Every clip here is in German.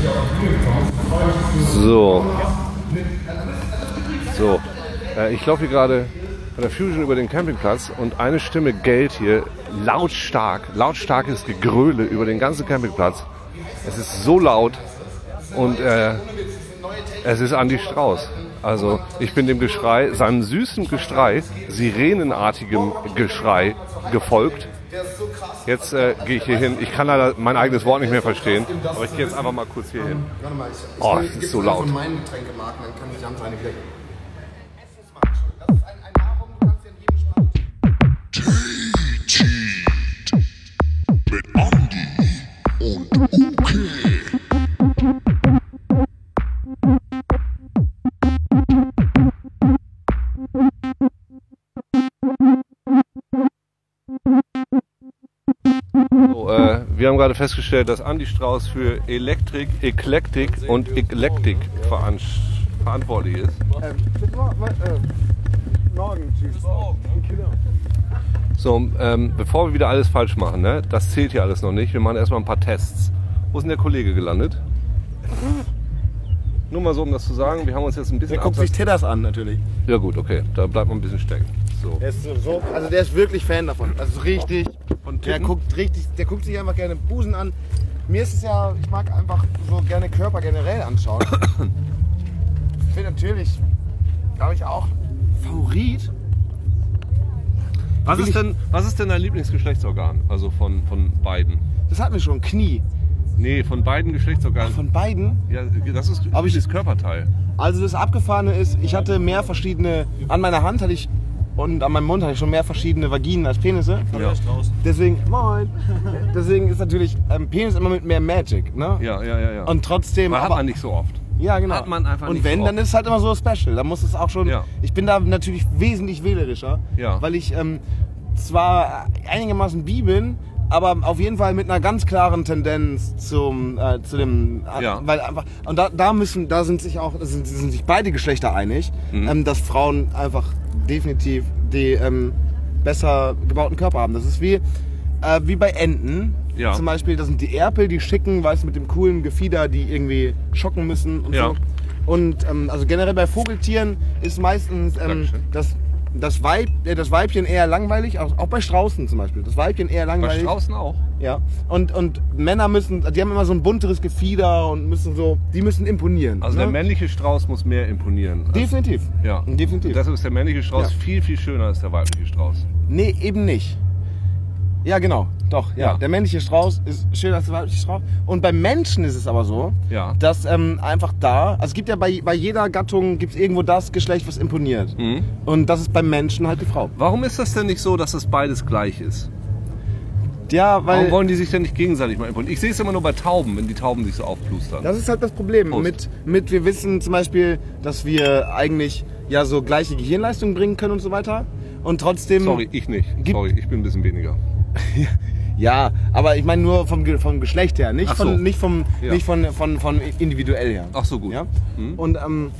So. Ich laufe hier gerade bei der Fusion über den Campingplatz und eine Stimme gellt hier lautstarkes Gegröle über den ganzen Campingplatz. Es ist so laut und es ist Andi Strauß. Also ich bin dem Geschrei, seinem süßen Geschrei, sirenenartigem Geschrei gefolgt. Jetzt gehe ich hier hin. Ich kann leider mein eigenes Wort nicht mehr verstehen, aber ich gehe jetzt einfach mal kurz hier hin. Oh, es ist so laut. Von meinen Getränkemarken, dann kann ich Hans eine wieder. Das ist ein Nahrung, du kannst ja in jedem Stand. Mit Andi und Uke. Wir haben gerade festgestellt, dass Andi Strauß für Elektrik, Eklektik und Eklektik verantwortlich ist. Morgen, tschüss. So, bevor wir wieder alles falsch machen, ne, das zählt hier alles noch nicht. Wir machen erstmal ein paar Tests. Wo ist denn der Kollege gelandet? Nur mal so, um das zu sagen, wir haben uns jetzt ein bisschen... Der guckt sich Tedders an, natürlich. Ja gut, okay, da bleibt man ein bisschen stecken. So. Also der ist wirklich Fan davon. Also richtig. Der guckt sich einfach gerne Busen an. Mir ist es ja, ich mag einfach so gerne Körper generell anschauen. Ich finde natürlich, glaube ich auch, Favorit. Was ist denn dein Lieblingsgeschlechtsorgan? Also von beiden? Das hatten wir schon, Knie. Nee, von beiden Geschlechtsorganen. Von beiden? Ja, das ist das Körperteil. Also das Abgefahrene ist, ich hatte mehr verschiedene, an meiner Hand hatte ich und an meinem Mund hatte ich schon mehr verschiedene Vaginen als Penisse. Ja. Deswegen, deswegen ist natürlich Penis immer mit mehr Magic, ne? Ja. Und trotzdem... Hat man nicht so oft. Ja, genau. Hat man einfach und nicht wenn, so dann ist es halt immer so special. Da muss es auch schon... Ja. Ich bin da natürlich wesentlich wählerischer, weil ich zwar einigermaßen bi bin, aber auf jeden Fall mit einer ganz klaren Tendenz zu dem, weil einfach, und da sind sich beide Geschlechter einig, dass Frauen einfach definitiv die besser gebauten Körper haben. Das ist wie bei Enten. Ja. Zum Beispiel, das sind die Erpel, die schicken, weißt du, mit dem coolen Gefieder, die irgendwie schocken müssen und so. Und also generell bei Vogeltieren ist meistens das Weibchen eher langweilig, auch bei Straußen zum Beispiel. Das Weibchen eher langweilig. Bei Straußen auch? Ja. Und Männer die haben immer so ein bunteres Gefieder und die müssen imponieren. Also ne? der männliche Strauß muss mehr imponieren. Definitiv. Ja. Definitiv. Und deshalb ist der männliche Strauß viel, viel schöner als der weibliche Strauß. Nee, eben nicht. Ja, genau. Doch, ja. Der männliche Strauß ist schöner als der weibliche Strauß. Und beim Menschen ist es aber so, dass einfach also es gibt ja bei jeder Gattung gibt's irgendwo das Geschlecht, was imponiert. Und das ist beim Menschen halt die Frau. Warum ist das denn nicht so, dass es beides gleich ist? Ja, weil... Warum wollen die sich denn nicht gegenseitig mal imponieren? Ich sehe es immer nur bei Tauben, wenn die Tauben sich so aufplustern. Das ist halt das Problem. Wir wissen zum Beispiel, dass wir eigentlich ja so gleiche Gehirnleistungen bringen können und so weiter. Und trotzdem... Sorry, ich nicht. Sorry, ich bin ein bisschen weniger. Ja, aber ich meine nur vom Geschlecht her, nicht so. nicht von individuell her. Ach so, gut. Ja? Und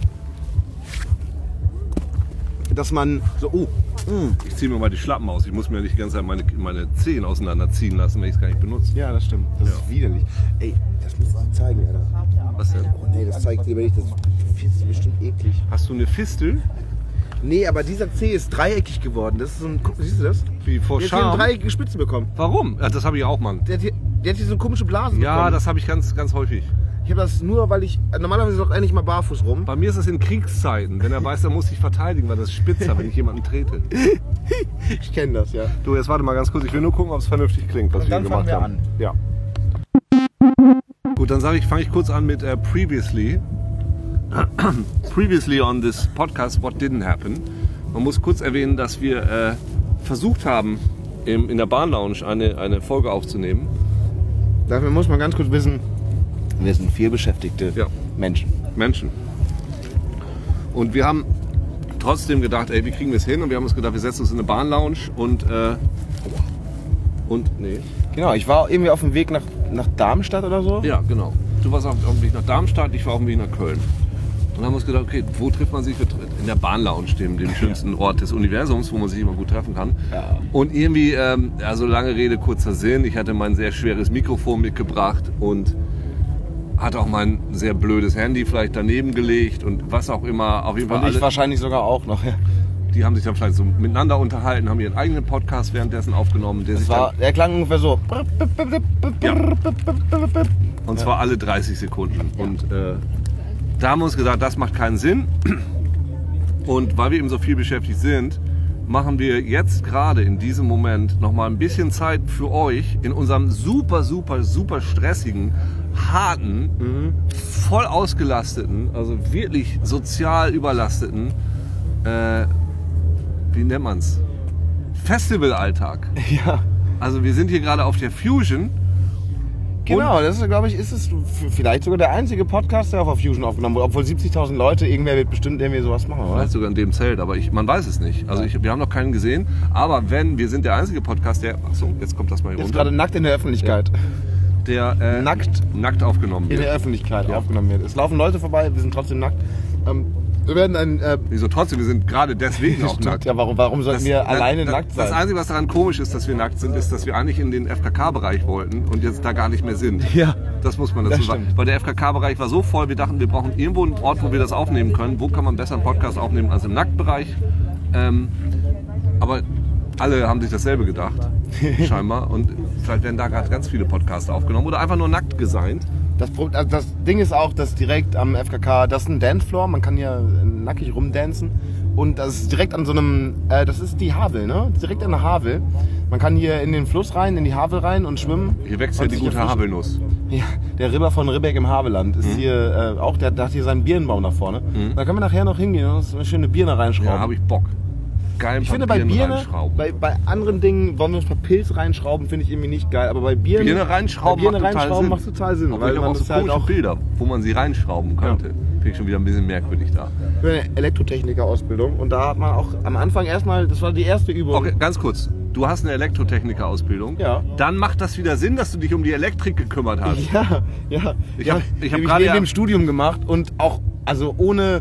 dass man so, ich ziehe mir mal die Schlappen aus. Ich muss mir nicht die ganze Zeit meine Zehen auseinanderziehen lassen, wenn ich es gar nicht benutze. Ja, das stimmt. Das ist widerlich. Ey, das musst du zeigen, Alter. Was denn? Oh nee, das zeigt lieber nicht. Das ist bestimmt eklig. Hast du eine Fistel? Nee, aber dieser Zeh ist dreieckig geworden. Das ist so ein, siehst du das? Wie vor Der hat hier Scham? eine dreieckige Spitze bekommen. Warum? Ja, das habe ich auch, Mann. Der hat hier so eine komische Blase Ja, bekommen. das habe ich ganz, ganz häufig. Ich habe das nur, weil ich... Normalerweise läuft eigentlich mal barfuß rum. Bei mir ist es in Kriegszeiten. Wenn er weiß, er muss sich verteidigen, weil das ist spitzer, wenn ich jemanden trete. Ich kenne das, ja. Du, jetzt warte mal ganz kurz. Ich will nur gucken, ob es vernünftig klingt, was wir hier gemacht haben. Ja. Gut, dann fange ich kurz an mit previously. Previously on this podcast, what didn't happen. Man muss kurz erwähnen, dass wir versucht haben, in der Bahnlounge eine Folge aufzunehmen. Dafür muss man ganz kurz wissen, wir sind 4 beschäftigte Menschen. Und wir haben trotzdem gedacht, ey, wie kriegen wir es hin? Und wir haben uns gedacht, wir setzen uns in eine Bahnlounge und nee. Genau, ich war irgendwie auf dem Weg nach Darmstadt oder so. Ja, genau. Du warst auf dem Weg nach Darmstadt, ich war auf dem Weg nach Köln. Und haben uns gedacht, okay, wo trifft man sich? In der Bahnlounge, dem schönsten Ort des Universums, wo man sich immer gut treffen kann. Ja. Und irgendwie, also lange Rede, kurzer Sinn, ich hatte mein sehr schweres Mikrofon mitgebracht und hat auch mein sehr blödes Handy vielleicht daneben gelegt und was auch immer. Auf jeden Fall und ich wahrscheinlich sogar auch noch. Ja. Die haben sich dann vielleicht so miteinander unterhalten, haben ihren eigenen Podcast währenddessen aufgenommen. Der klang ungefähr so. Ja. Und zwar alle 30 Sekunden. Ja. Und da haben wir uns gesagt, das macht keinen Sinn. Und weil wir eben so viel beschäftigt sind, machen wir jetzt gerade in diesem Moment noch mal ein bisschen Zeit für euch in unserem super stressigen, harten, voll ausgelasteten, also wirklich sozial überlasteten, wie nennt man's? Festivalalltag. Ja. Also wir sind hier gerade auf der Fusion. Genau, das ist, glaube ich, vielleicht sogar der einzige Podcast, der auf Fusion aufgenommen wurde. Obwohl 70.000 Leute, irgendwer wird bestimmt irgendwie sowas machen, oder? Vielleicht sogar in dem Zelt, aber man weiß es nicht. Also wir haben noch keinen gesehen. Aber wir sind der einzige Podcast, der... Achso, jetzt kommt das mal hier runter. Jetzt gerade nackt in der Öffentlichkeit. Ja. Der nackt aufgenommen wird. In der Öffentlichkeit aufgenommen wird. Es laufen Leute vorbei, wir sind trotzdem nackt. Wir werden Wieso trotzdem? Wir sind gerade deswegen auch nackt. Ja, warum sollten wir alleine nackt sein? Das Einzige, was daran komisch ist, dass wir nackt sind, ist, dass wir eigentlich in den FKK-Bereich wollten und jetzt da gar nicht mehr sind. Ja. Das muss man dazu sagen. Weil der FKK-Bereich war so voll, wir dachten, wir brauchen irgendwo einen Ort, wo wir das aufnehmen können. Wo kann man besser einen Podcast aufnehmen als im Nacktbereich? Aber alle haben sich dasselbe gedacht, scheinbar. Und vielleicht werden da gerade ganz viele Podcasts aufgenommen oder einfach nur nackt gesigned. Das Ding ist auch, dass direkt am FKK, das ist ein Dancefloor, man kann hier nackig rumdancen und das ist direkt an so einem, das ist die Havel, ne? Direkt an der Havel. Man kann hier in den Fluss rein, in die Havel rein und schwimmen. Hier wächst ja die gute Havelnuss. Ja, der Ribber von Ribbeck im Havelland ist hier auch, der hat hier seinen Birnenbaum nach vorne. Da können wir nachher noch hingehen und uns eine schöne Birne reinschrauben. Ja, habe ich Bock. Geil, ich finde bei Birne, bei anderen Dingen wollen wir uns ein paar Pilz reinschrauben, finde ich irgendwie nicht geil. Aber bei Birne reinschrauben macht total Sinn. Weil man auch so komische Bilder, wo man sie reinschrauben könnte. Ja. Finde ich schon wieder ein bisschen merkwürdig da. Ich bin eine Elektrotechniker-Ausbildung und da hat man auch am Anfang erstmal, das war die erste Übung. Okay, ganz kurz. Du hast eine Elektrotechniker-Ausbildung. Ja. Dann macht das wieder Sinn, dass du dich um die Elektrik gekümmert hast. Ja. Ich hab gerade in dem Studium gemacht und auch, also ohne...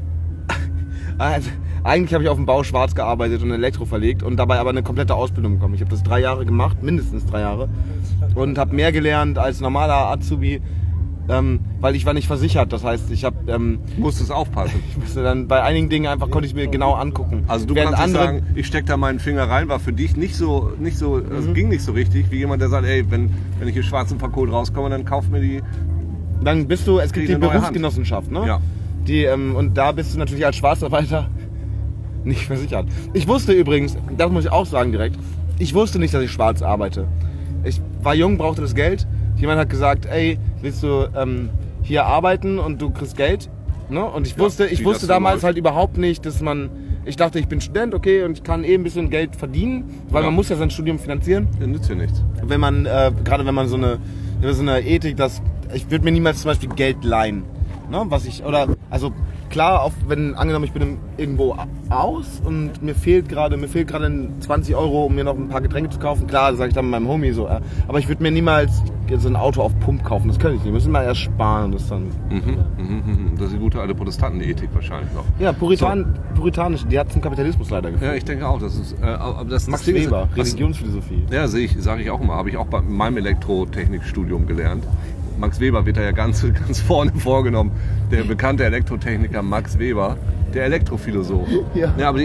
Also, eigentlich habe ich auf dem Bau schwarz gearbeitet und Elektro verlegt und dabei aber eine komplette Ausbildung bekommen. Ich habe das 3 Jahre gemacht, mindestens 3 Jahre. Und habe mehr gelernt als normaler Azubi, weil ich war nicht versichert. Das heißt, ich habe... musstest aufpassen. Ich musste dann bei einigen Dingen einfach, konnte ich mir genau angucken. Also du kannst nicht sagen, ich stecke da meinen Finger rein, war für dich nicht so also ging nicht so richtig, wie jemand, der sagt, ey, wenn ich hier schwarz im Verkohl rauskomme, dann kauf mir die... Dann bist du, es gibt die Berufsgenossenschaft, ne? Ja. Die, und da bist du natürlich als Schwarzarbeiter nicht versichert. Ich wusste übrigens, das muss ich auch sagen direkt, ich wusste nicht, dass ich schwarz arbeite. Ich war jung, brauchte das Geld. Jemand hat gesagt, ey, willst du hier arbeiten und du kriegst Geld? Ne? Und ich wusste damals halt überhaupt nicht, dass ich dachte, ich bin Student, okay, und ich kann ein bisschen Geld verdienen, weil man muss ja sein Studium finanzieren. Ja, nützt ja nichts. Wenn man, gerade wenn man so eine Ethik, ich würde mir niemals zum Beispiel Geld leihen. Ne? Also klar, auch wenn angenommen ich bin irgendwo aus und mir fehlt gerade 20 Euro, um mir noch ein paar Getränke zu kaufen, klar, sage ich dann meinem Homie so, aber ich würde mir niemals so ein Auto auf Pump kaufen, das könnte ich nicht, müssen wir erst sparen und das dann... Das ist die gute alte Protestantenethik wahrscheinlich noch. Ja, puritanisch, die hat zum Kapitalismus leider geführt. Ja, ich denke auch, das ist... Max Weber, Religionsphilosophie. Ja, sage ich auch immer, habe ich auch bei meinem Elektrotechnikstudium gelernt. Max Weber wird da ja ganz vorne vorgenommen. Der bekannte Elektrotechniker Max Weber, der Elektrophilosoph. Ja, aber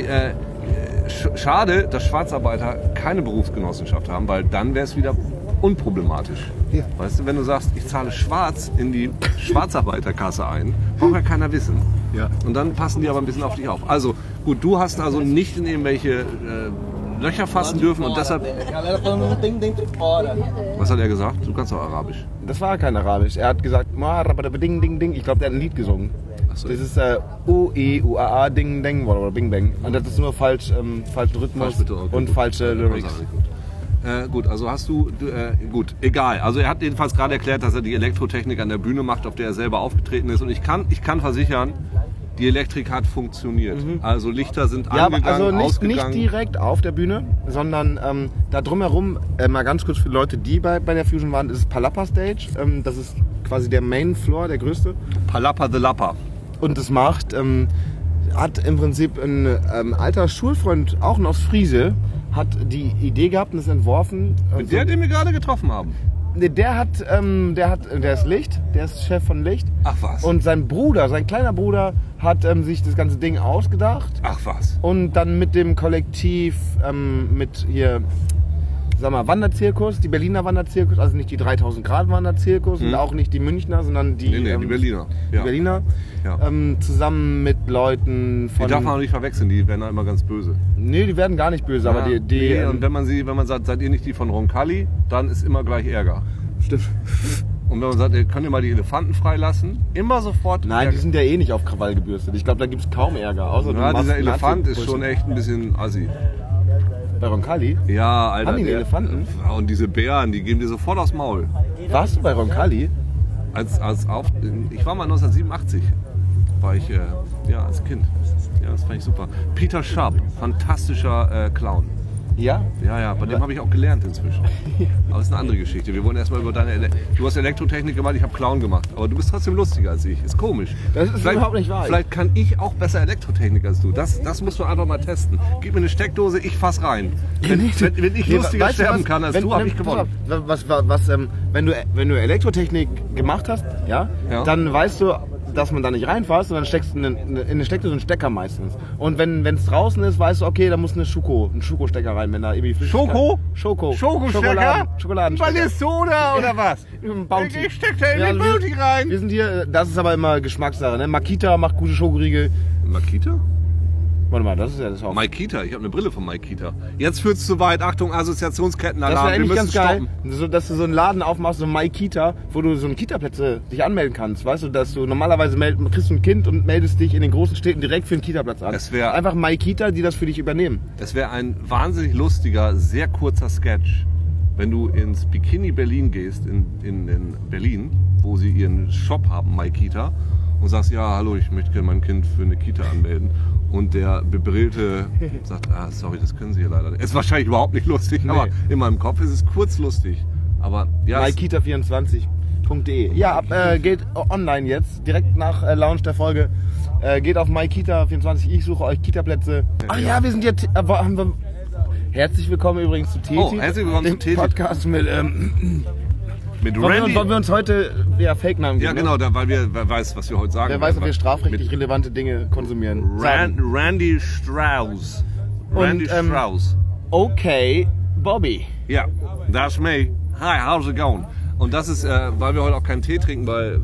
schade, dass Schwarzarbeiter keine Berufsgenossenschaft haben, weil dann wäre es wieder unproblematisch. Ja. Weißt du, wenn du sagst, ich zahle schwarz in die Schwarzarbeiterkasse ein, braucht ja keiner wissen. Ja. Und dann passen die aber ein bisschen auf dich auf. Also gut, du hast also nicht in irgendwelche Löcher fassen dürfen und deshalb... Was hat er gesagt? Du kannst doch Arabisch. Das war kein Arabisch. Er hat gesagt, ich glaube, der hat ein Lied gesungen. So. Das ist U-E-U-A-A, Ding, Ding, oder Bing, Bang. Und das ist nur falschen Rhythmus und falsche Lyrics. Gut, also hast du, gut, egal. Also er hat jedenfalls gerade erklärt, dass er die Elektrotechnik an der Bühne macht, auf der er selber aufgetreten ist. Und ich kann versichern, die Elektrik hat funktioniert. Also Lichter sind angegangen, also ausgegangen. Nicht direkt auf der Bühne, sondern da drumherum, mal ganz kurz für Leute, die bei der Fusion waren, ist Palapa Stage. Das ist quasi der Main Floor, der größte. Palapa the Lappa. Und das hat im Prinzip ein alter Schulfreund, auch ein Ostfriese, hat die Idee gehabt und es entworfen. Mit der, den wir gerade getroffen haben. Der ist Licht, der ist Chef von Licht. Ach was. Und sein kleiner Bruder hat sich das ganze Ding ausgedacht. Ach was. Und dann mit dem Kollektiv, mit hier, sag mal, Wanderzirkus, die Berliner Wanderzirkus, also nicht die 3000 Grad Wanderzirkus und auch nicht die Münchner, sondern die, die Berliner. Die Berliner, zusammen mit Leuten von... Die darf man auch nicht verwechseln, die werden immer ganz böse. Nee, die werden gar nicht böse, aber die... und wenn man sagt, seid ihr nicht die von Roncalli, dann ist immer gleich Ärger. Stimmt. Und wenn man sagt, könnt ihr mal die Elefanten freilassen, immer sofort Nein, Ärger. Die sind ja eh nicht auf Krawall gebürstet. Ich glaube, da gibt es kaum Ärger. Außer dieser Elefant ist schon echt ein bisschen assi. Bei Roncalli? Ja, Alter. Haben die einen Elefanten? Und diese Bären, die geben dir sofort aufs Maul. Warst du bei Roncalli? Ich war mal 1987. War ich als Kind. Ja, das fand ich super. Peter Sharp, fantastischer Clown. Ja? Ja, bei dem habe ich auch gelernt inzwischen. Aber das ist eine andere Geschichte. Wir wollen erstmal über du hast Elektrotechnik gemacht, ich habe Clown gemacht. Aber du bist trotzdem lustiger als ich. Ist komisch. Das ist überhaupt nicht wahr. Vielleicht kann ich auch besser Elektrotechnik als du. Das musst du einfach mal testen. Gib mir eine Steckdose, ich fass rein. Wenn ich lustiger sterben kann als du, habe ich gewonnen. Wenn du Elektrotechnik gemacht hast, dann weißt du, dass man da nicht reinfasst und dann steckst du in eine Steckdose einen Stecker meistens. Und wenn es draußen ist, weißt du, okay, da muss ein Schokostecker rein, wenn da irgendwie Schokostecker? Schokoladenstecker. Balistoda oder was? Bounty. Ich steck da in die Bounty rein. Wir sind hier, das ist aber immer Geschmackssache, ne? Makita macht gute Schokoriegel. Makita? Warte mal, das ist ja das auch. Maikita, ich habe eine Brille von Maikita. Jetzt führt's zu weit. Achtung, Assoziationskettenalarm. Das wäre eigentlich ganz geil, so, dass du so einen Laden aufmachst, so Maikita, wo du so einen Kita-Plätze dich anmelden kannst. Weißt du, dass du normalerweise kriegst du ein Kind und meldest dich in den großen Städten direkt für einen Kita-Platz an. Das wäre einfach Maikita, die das für dich übernehmen. Das wäre ein wahnsinnig lustiger, sehr kurzer Sketch, wenn du ins Bikini Berlin gehst, in Berlin, wo sie ihren Shop haben, Maikita, und sagst, ja, hallo, ich möchte gerne mein Kind für eine Kita anmelden. Und der Bebrillte sagt, sorry, das können Sie hier leider nicht. Ist wahrscheinlich überhaupt nicht lustig, aber in meinem Kopf ist es kurz lustig. Aber ja, Maikita24.de. Ja, geht online jetzt, direkt nach Launch der Folge. Geht auf Maikita24, ich suche euch Kita-Plätze. Ach ja, wir sind hier, herzlich willkommen übrigens zu Teti. Oh, herzlich willkommen zu Teti. Podcast mit Randy. Wollen wir uns heute Fake-Namen geben? Ja, genau, wer weiß, was wir heute sagen. Wer weiß, ob wir strafrechtlich relevante Dinge konsumieren. Randy Strauss. Strauss. Okay, Bobby. Ja, that's me. Hi, how's it going? Und das ist, weil wir heute auch keinen Tee trinken, weil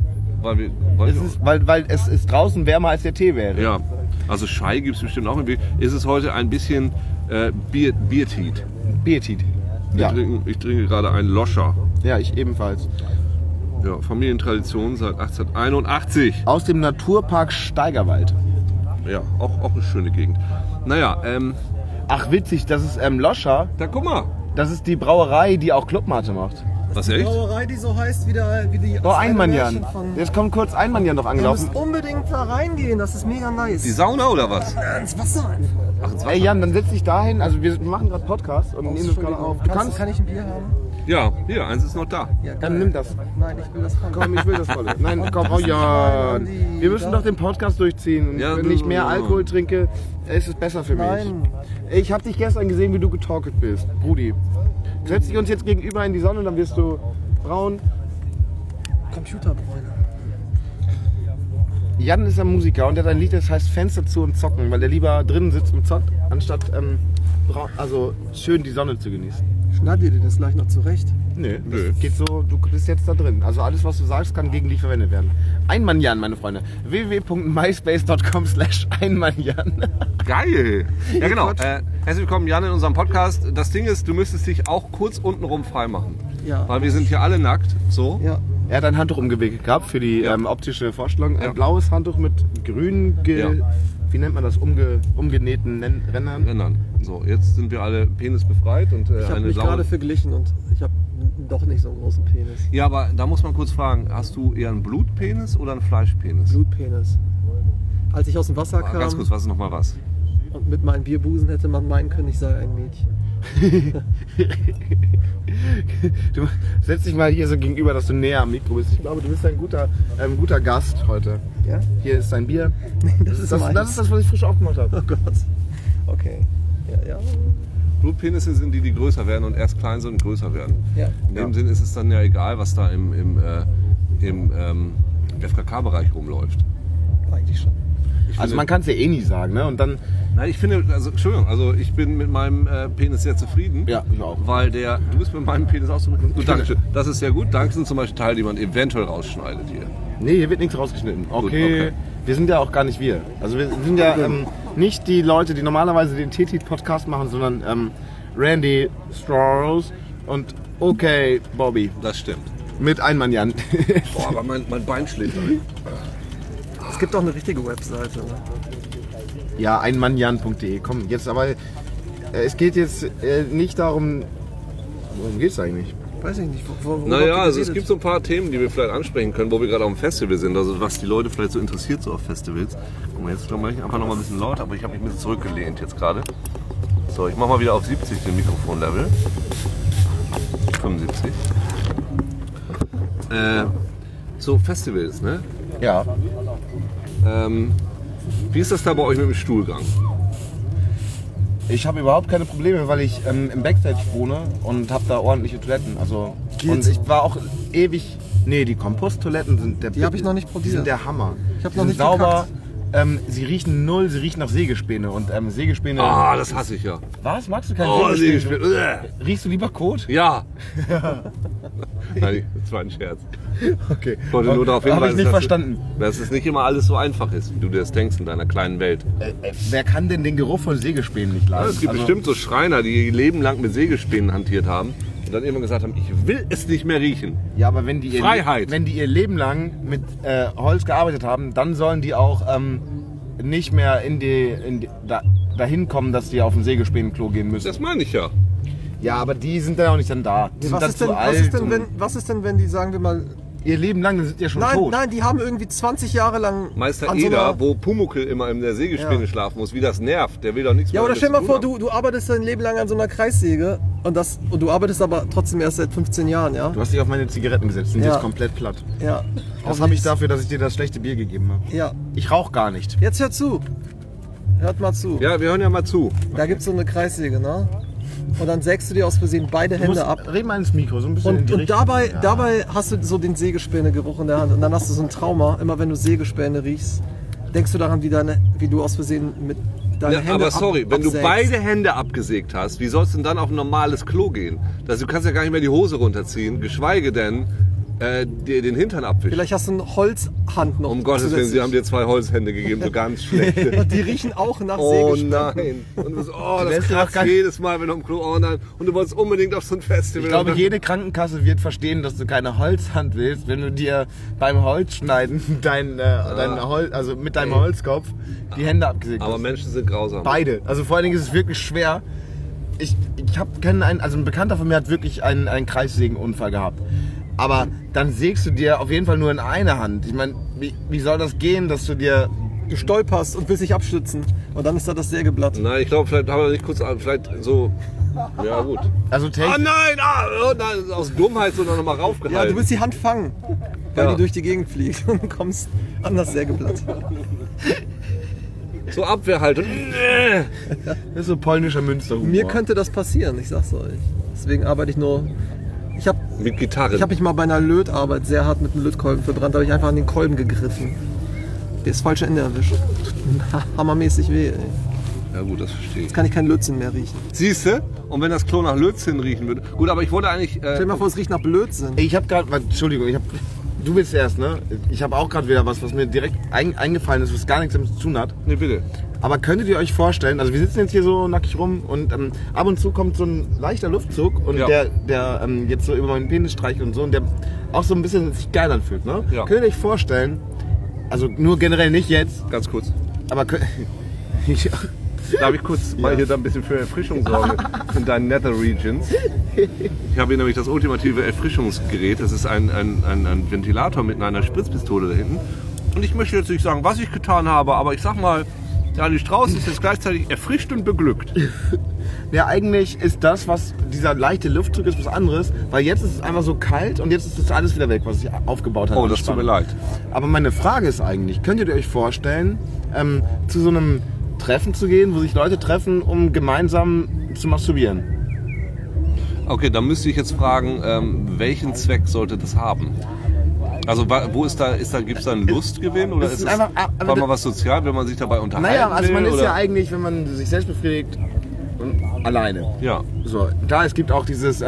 es ist draußen wärmer als der Tee wäre. Ja, also Chai gibt es bestimmt auch irgendwie. Ist es heute ein bisschen Biertiet. Biertiet. Ich trinke gerade einen Loscher. Ja, ich ebenfalls. Ja, Familientradition seit 1881. Aus dem Naturpark Steigerwald. Ja, auch eine schöne Gegend. Naja, Ach witzig, das ist Loscher. Da guck mal. Das ist die Brauerei, die auch Clubmate macht. Was, echt? Die Brauerei, die so heißt wie die... Oh, Einmannjan. Jetzt kommt kurz Einmannjan noch angelaufen. Du musst unbedingt da reingehen, das ist mega nice. Die Sauna oder was? Ja, ins Wasser einfach. Ach, ins Wasser. Ey Jan, dann setz dich dahin. Also wir machen gerade Podcast und nehmen das gerade auf. Kann ich ein Bier haben? Ja, hier, eins ist noch da. Ja, Dann nimm das. Nein, ich will das volle. Komm, ich will das volle. Nein, komm, oh Jan. Wir müssen doch den Podcast durchziehen. Und Ja, wenn ich mehr Alkohol trinke, ist es besser für mich. Nein. Ich habe dich gestern gesehen, wie du getalkt bist. Brudi. Setz dich uns jetzt gegenüber in die Sonne, dann wirst du braun. Computerbräune. Jan ist ein Musiker und der hat ein Lied, das heißt Fenster zu und zocken, weil der lieber drinnen sitzt und zockt, anstatt schön die Sonne zu genießen. Schneid dir das gleich noch zurecht? Nö. Geht so, du bist jetzt da drin. Also alles, was du sagst, kann gegen dich verwendet werden. Einmannjan, meine Freunde. www.myspace.com/Einmannjan. Geil! Ja, genau. Herzlich willkommen, Jan, in unserem Podcast. Das Ding ist, du müsstest dich auch kurz untenrum freimachen. Ja. Weil wir sind hier alle nackt. So. Ja. Er hat ein Handtuch umgewickelt gehabt für die optische Vorstellung. Ein blaues Handtuch mit grünen, wie nennt man das, umgenähten Rändern. So, jetzt sind wir alle penisbefreit. Und, ich habe mich gerade verglichen und ich habe doch nicht so einen großen Penis. Ja, aber da muss man kurz fragen, hast du eher einen Blutpenis oder einen Fleischpenis? Blutpenis. Als ich aus dem Wasser kam... Ganz kurz, was ist nochmal was? Und mit meinen Bierbusen hätte man meinen können, ich sei ein Mädchen. Du setz dich mal hier so gegenüber, dass du näher am Mikro bist. Ich glaube, du bist ein guter Gast heute. Ja? Hier ist dein Bier. Das ist das, was ich frisch aufgemacht habe. Oh Gott. Okay. Ja. Blutpenisse sind die größer werden und erst klein sind und größer werden. Ja. In dem Sinn ist es dann ja egal, was da im FKK-Bereich rumläuft. Eigentlich schon. Also man kann es ja eh nie sagen, ne? Und dann... Nein, ich finde, Entschuldigung, ich bin mit meinem Penis sehr zufrieden. Ja, ich auch. Weil du bist mit meinem Penis auch zufrieden. Gut, danke schön. Das ist sehr gut. Danke sind zum Beispiel Teile, die man eventuell rausschneidet hier. Nee, hier wird nichts rausgeschnitten. Okay. Wir sind ja auch gar nicht wir. Also wir sind ja nicht die Leute, die normalerweise den TT-Podcast machen, sondern Randy Strauss und Okay Bobby. Das stimmt. Mit Einmann-Jan. Boah, aber mein Bein schlägt. Es gibt auch eine richtige Webseite. Ne? Ja, einmannjan.de. Komm, jetzt aber... es geht jetzt nicht darum... Worum geht's eigentlich? Weiß ich nicht. Naja, also es gibt so ein paar Themen, die wir vielleicht ansprechen können, wo wir gerade auf dem Festival sind. Also was die Leute vielleicht so interessiert so auf Festivals. Guck mal, jetzt mache ich einfach noch mal ein bisschen lauter, aber ich habe mich ein bisschen zurückgelehnt jetzt gerade. So, ich mache mal wieder auf 70 den Mikrofonlevel. 75. So, Festivals, ne? Ja. Wie ist das da bei euch mit dem Stuhlgang? Ich habe überhaupt keine Probleme, weil ich im Backstage wohne und habe da ordentliche Toiletten. Also, und ich war auch ewig... Nee, die Komposttoiletten sind der... Die habe ich noch nicht probiert. Die sind der Hammer. Ich habe Die noch sind nicht sauber. Sie riechen null, sie riechen nach Sägespäne. Und Sägespäne... Ah, das hasse ich ja. Was? Magst du keine Sägespäne? Riechst du lieber Kot? Ja. Nein, das war ein Scherz. Okay. Ich wollte nur darauf hinweisen, Hab ich nicht verstanden. Dass es nicht immer alles so einfach ist, wie du dir das denkst in deiner kleinen Welt. Wer kann denn den Geruch von Sägespänen nicht leiden? Ja, es gibt bestimmt so Schreiner, die ihr Leben lang mit Sägespänen hantiert haben und dann irgendwann gesagt haben, ich will es nicht mehr riechen. Ja, aber wenn die ihr Leben lang mit Holz gearbeitet haben, dann sollen die auch nicht mehr dahin kommen, dass die auf ein Sägespänenklo gehen müssen. Das meine ich ja. Ja, aber die sind dann auch nicht dann da. Die sind dann zu alt. Was ist denn, wenn die, sagen wir mal... Ihr Leben lang, dann sind die ja schon tot. Nein, die haben irgendwie 20 Jahre lang... Meister Eder, wo Pumuckl immer in der Sägespäne schlafen muss, wie das nervt, der will doch nichts mehr. Ja, oder stell mal vor, du arbeitest dein Leben lang an so einer Kreissäge und du arbeitest aber trotzdem erst seit 15 Jahren, ja? Du hast dich auf meine Zigaretten gesetzt und die ist komplett platt. Ja. Das habe ich dafür, dass ich dir das schlechte Bier gegeben habe. Ja. Ich rauche gar nicht. Jetzt hört zu. Hört mal zu. Ja, wir hören ja mal zu. Da gibt es so eine Kreissäge, ne? Und dann sägst du dir aus Versehen beide Hände ab. Red mal ins Mikro, so ein bisschen. Und dabei hast du so den Sägespäne-Geruch in der Hand. Und dann hast du so ein Trauma. Immer wenn du Sägespäne riechst, denkst du daran, wie du aus Versehen mit deinen Händen aber sorry, wenn du beide Hände abgesägt hast, wie sollst du denn dann auf ein normales Klo gehen? Du kannst ja gar nicht mehr die Hose runterziehen, geschweige denn dir den Hintern abwischen. Vielleicht hast du eine Holzhand noch. Um Gottes Willen, sie haben dir 2 Holzhände gegeben, so ganz schlechte. Und die riechen auch nach Oh Sägespäne. nein. Und du so, das kratzt jedes Mal, wenn du am Klo, oh nein. Und du wolltest unbedingt auf so ein Festival. Ich glaube, jede Krankenkasse wird verstehen, dass du keine Holzhand willst, wenn du dir beim Holzschneiden mit deinem Holzkopf die Hände abgesägt hast. Aber Menschen sind grausam. Beide. Also vor allen Dingen ist es wirklich schwer. Ich kenne ein Bekannter von mir hat wirklich einen Kreissägenunfall gehabt. Aber dann sägst du dir auf jeden Fall nur in eine Hand. Ich meine, wie soll das gehen, dass du stolperst und willst dich abstützen und dann ist da das Sägeblatt. Nein, ich glaube, vielleicht haben wir nicht kurz, vielleicht so, ja gut. Also nein, aus Dummheit so noch mal raufgehalten. Ja, du willst die Hand fangen, weil die durch die Gegend fliegt und kommst an das Sägeblatt. So Abwehrhaltung. Das ist so polnischer Münsterhumor. Mir könnte das passieren, ich sag's euch. Deswegen arbeite ich nur... Mit Gitarre. Ich habe mich mal bei einer Lötarbeit sehr hart mit einem Lötkolben verbrannt, da habe ich einfach an den Kolben gegriffen. Der ist falsche Ende erwischt. Hammermäßig weh, ey. Ja gut, das verstehe ich. Jetzt kann ich kein Lötzinn mehr riechen. Siehste? Und wenn das Klo nach Lötzinn riechen würde. Gut, aber ich wollte eigentlich... Stell dir mal vor, es riecht nach Blödsinn. Ich habe gerade... Entschuldigung, du bist erst, ne? Ich habe auch gerade wieder was mir direkt eingefallen ist, was gar nichts damit zu tun hat. Nee, bitte. Aber könntet ihr euch vorstellen, also wir sitzen jetzt hier so nackig rum und ab und zu kommt so ein leichter Luftzug und der jetzt so über meinen Penis streicht und so und der auch so ein bisschen sich geil anfühlt, ne? Ja. Könnt ihr euch vorstellen, also nur generell nicht jetzt. Ganz kurz. Aber darf ich kurz mal hier da ein bisschen für Erfrischung sorgen in deinen Nether Regions? Ich habe hier nämlich das ultimative Erfrischungsgerät. Das ist ein Ventilator mit einer Spritzpistole da hinten. Und ich möchte jetzt nicht sagen, was ich getan habe, aber ich sag mal, Daniel Strauß ist jetzt gleichzeitig erfrischt und beglückt. Ja, eigentlich ist das, was dieser leichte Luftzug ist, was anderes, weil jetzt ist es einfach so kalt und jetzt ist das alles wieder weg, was sich aufgebaut hat. Oh, das tut mir leid. Aber meine Frage ist eigentlich, könntet ihr euch vorstellen, zu so einem Treffen zu gehen, wo sich Leute treffen, um gemeinsam zu masturbieren. Okay, dann müsste ich jetzt fragen, welchen Zweck sollte das haben? Also wo gibt es da einen Lustgewinn oder ist es einfach was sozial, wenn man sich dabei unterhalten will? Naja, also man ist ja eigentlich, wenn man sich selbst befriedigt, alleine. Ja. So, klar, es gibt auch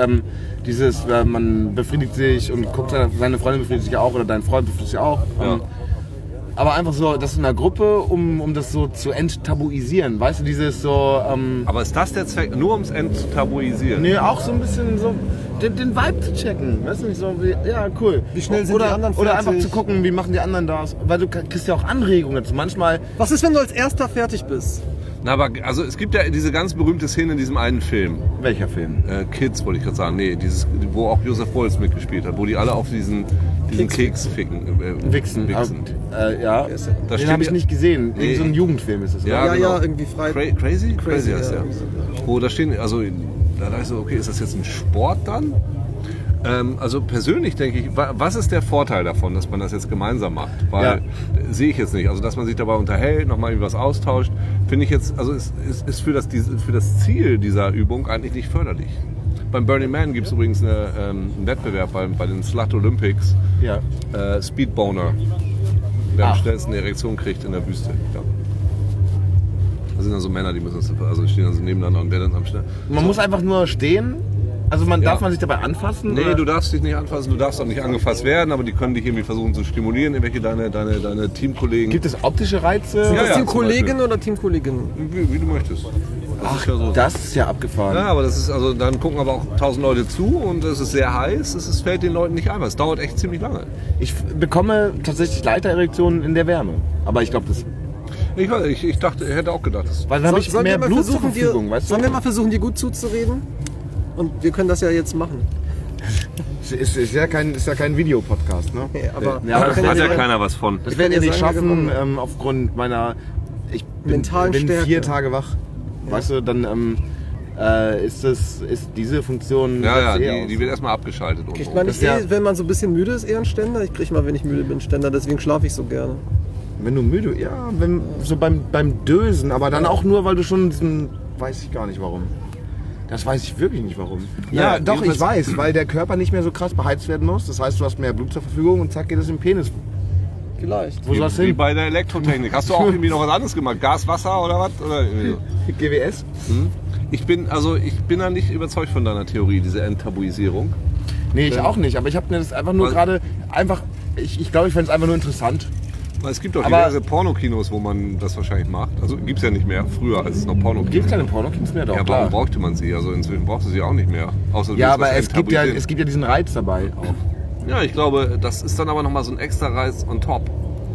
man befriedigt sich und guckt, seine Freundin befriedigt sich auch oder dein Freund befriedigt sich auch. Ja. Aber einfach so, das in einer Gruppe, um das so zu enttabuisieren. Weißt du, dieses so... Aber ist das der Zweck, nur ums enttabuisieren? Nee, auch so ein bisschen so den Vibe zu checken. Weißt du, nicht so, ja, cool. Wie schnell sind die anderen fertig? Oder einfach zu gucken, wie machen die anderen das. Weil du kriegst ja auch Anregungen dazu. Manchmal... Was ist, wenn du als Erster fertig bist? Na, aber also es gibt ja diese ganz berühmte Szene in diesem einen Film. Welcher Film? Kids, wollte ich gerade sagen. Nee, wo auch Josef Beuys mitgespielt hat, wo die alle auf diesen Keks ficken. Wichsen. Ja, das den habe ich nicht gesehen. Nee. So ein Jugendfilm ist es. Ja, genau. Irgendwie frei. Crazy heißt ja. der. Wo da stehen, also da dachte ich so, okay, ist das jetzt ein Sport dann? Also persönlich denke ich, was ist der Vorteil davon, dass man das jetzt gemeinsam macht? Weil sehe ich jetzt nicht. Also dass man sich dabei unterhält, nochmal was austauscht, finde ich jetzt, also ist für das Ziel dieser Übung eigentlich nicht förderlich. Beim Burning Man gibt es übrigens einen Wettbewerb bei den Slut Olympics. Ja. Speedboner. Wer am schnellsten eine Erektion kriegt in der Wüste. Ja. Das sind dann so Männer, die stehen dann so nebeneinander und wer dann am schnellsten. Man muss einfach nur stehen. Also darf man sich dabei anfassen? Nee, oder? du darfst dich nicht anfassen, du darfst auch nicht angefasst werden, aber die können dich irgendwie versuchen zu stimulieren, irgendwelche deine Teamkollegen. Gibt es optische Reize? Sind das Teamkollegen oder Teamkolleginnen? Wie du möchtest. Das ist ja abgefahren. Ja, aber das ist, also dann gucken aber auch 1000 Leute zu und es ist sehr heiß, es fällt den Leuten nicht ein, es dauert echt ziemlich lange. Ich bekomme tatsächlich Leitererektionen in der Wärme, aber ich glaube das... Ich dachte, hätte auch gedacht. Weil dann habe ich mehr Blut zur Verfügung, weißt du? Sollen wir mal versuchen, dir gut zuzureden? Und wir können das ja jetzt machen. Ist ja kein Videopodcast, ne? Aber da hat ja keiner was von. Das werde ich nicht schaffen, aufgrund meiner... Ich bin 4 Tage wach. Ja. Weißt du, dann ist diese Funktion... Ja, die wird erstmal abgeschaltet. Kriegt man nicht wenn man so ein bisschen müde ist, eher einen Ständer? Ich kriege mal, wenn ich müde bin, einen Ständer, deswegen schlafe ich so gerne. Wenn du müde... Ja, so beim Dösen, aber dann auch nur, weil du schon diesen... Weiß ich gar nicht warum. Das weiß ich wirklich nicht warum. Ja, doch, ich weiß, weil der Körper nicht mehr so krass beheizt werden muss. Das heißt, du hast mehr Blut zur Verfügung und zack geht es im Penis. Vielleicht. Wo soll das hin? Wie bei der Elektrotechnik. Hast du auch irgendwie noch was anderes gemacht? Gas, Wasser oder was? Oder GWS? Ich bin da nicht überzeugt von deiner Theorie, diese Enttabuisierung. Nee, ich auch nicht. Aber ich habe mir das einfach nur gerade... Ich glaube, ich fände es einfach nur interessant. Es gibt doch diverse Pornokinos, wo man das wahrscheinlich macht. Also gibt es ja nicht mehr. Früher, als es noch Pornokinos gibt. Gibt es keine Pornokinos mehr? Doch, ja, warum brauchte man sie? Also inzwischen brauchst du sie auch nicht mehr. Außer ja, aber es gibt ja diesen Reiz dabei auch. Ja, ich glaube, das ist dann aber nochmal so ein extra Reiz on top.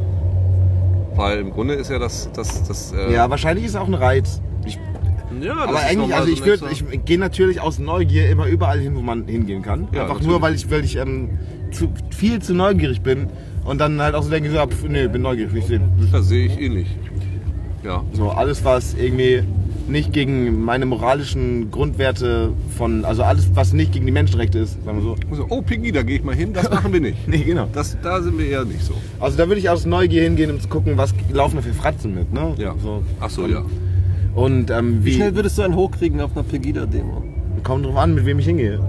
Weil im Grunde ist ja das ja, wahrscheinlich ist es auch ein Reiz. Aber eigentlich, also ich gehe natürlich aus Neugier immer überall hin, wo man hingehen kann. Ja, einfach natürlich. Nur, weil ich viel zu neugierig bin. Und dann halt auch so denke, nee, bin neugierig, will ich sehen. Das sehe ich ähnlich. Ja. So, alles, was irgendwie nicht gegen meine moralischen Grundwerte also alles, was nicht gegen die Menschenrechte ist, sagen wir so. Oh, Piggy, da gehe ich mal hin, das machen wir nicht. Nee, genau. Da sind wir eher nicht so. Also da würde ich aus Neugier hingehen, um zu gucken, was laufen da für Fratzen mit, ne? Ja. So. Ach so, ja. Und wie schnell würdest du einen hochkriegen auf einer Pegida-Demo? Kommt drauf an, mit wem ich hingehe.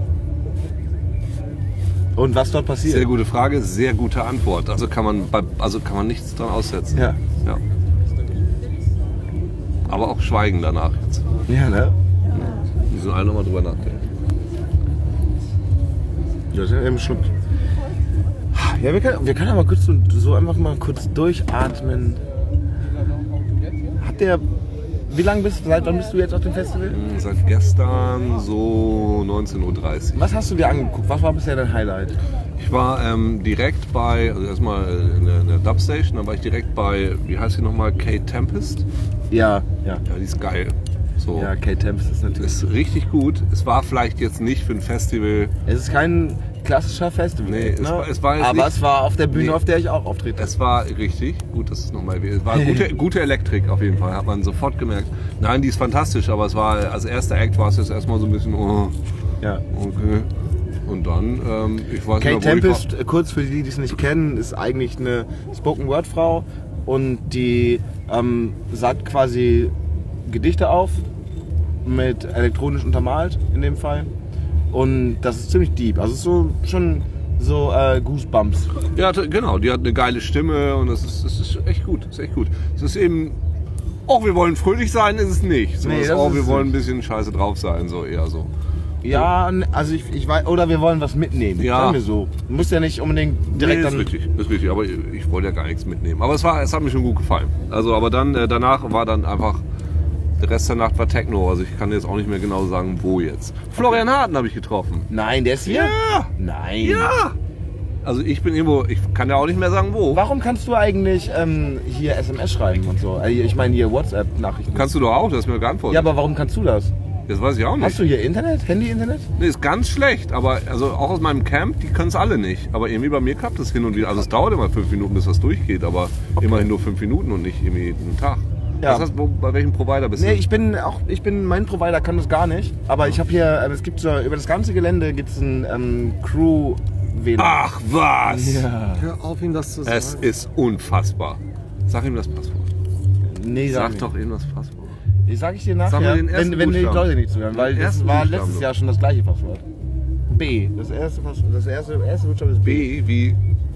Und was dort passiert? Sehr gute Frage, sehr gute Antwort. Also kann man nichts dran aussetzen. Ja. Aber auch schweigen danach jetzt. Ja, ne? Wir müssen alle nochmal drüber nachdenken. Ja, das ist ja eben Schluck. Ja, wir können aber kurz so einfach mal kurz durchatmen. Seit wann bist du jetzt auf dem Festival? Seit gestern so 19:30 Uhr. Was hast du dir angeguckt? Was war bisher dein Highlight? Ich war direkt also erstmal in der Dubstation, dann war ich direkt bei, wie heißt sie nochmal, Kate Tempest? Ja. Ja, die ist geil. So. Ja, Kate Tempest ist natürlich... Ist richtig gut. Es war vielleicht jetzt nicht für ein Festival... Es ist kein klassischer Festival. Nee, es war jetzt aber nicht, es war auf der Bühne, auf der ich auch auftrete. Es war richtig, gut, dass es nochmal es war gute Elektrik auf jeden Fall, hat man sofort gemerkt. Nein, die ist fantastisch, aber es war, als erster Act war es jetzt erstmal so ein bisschen, ja. Okay. Und dann, ich weiß Kate nicht, Tempest, kurz für die es nicht kennen, ist eigentlich eine mit elektronisch untermalt in dem Fall. Und das ist ziemlich deep. Also es ist so schon so Goosebumps. Ja, genau. Die hat eine geile Stimme und das ist echt gut. Das ist echt gut. Es ist eben, wir wollen fröhlich sein, ist es nicht. So, nee, wir wollen ein bisschen scheiße drauf sein, so eher so. Ja, also ich weiß, oder wir wollen was mitnehmen. Ja. Sagen wir so. Du musst ja nicht unbedingt direkt das ist richtig, aber ich wollte ja gar nichts mitnehmen. Aber es hat mir schon gut gefallen. Also, aber dann, danach war dann einfach, der Rest der Nacht war Techno. Also ich kann jetzt auch nicht mehr genau sagen, wo jetzt. Florian Harten habe ich getroffen. Nein, der ist hier? Ja! Nein. Ja! Also ich bin irgendwo, ich kann ja auch nicht mehr sagen, wo. Warum kannst du eigentlich hier SMS schreiben und so? Also ich meine hier WhatsApp-Nachrichten. Kannst du doch auch, das ist mir geantwortet. Ja, aber warum kannst du das? Das weiß ich auch nicht. Hast du hier Internet? Handy-Internet? Nee, ist ganz schlecht, aber also auch aus meinem Camp, die können es alle nicht. Aber irgendwie bei mir klappt es hin und wieder. Also es dauert immer 5 Minuten, bis das durchgeht, aber immerhin nur 5 Minuten und nicht irgendwie einen Tag. Ja. Was bei welchem Provider bist du? Nee, mein Provider kann das gar nicht. Aber ich habe hier, es gibt so, über das ganze Gelände gibt es ein Crew-WLAN. Ach was! Ja. Hör auf, ihm das zu sagen. Es ist unfassbar. Sag ihm das Passwort. Nee, Sag doch ihm das Passwort. Sag ich dir nachher, Sag mal den ersten wenn die Buchstaben. Leute nicht zuhören, weil Den das ersten war Buchstaben, letztes Jahr schon das gleiche Passwort. B. Das erste Buchstabe ist B. B wie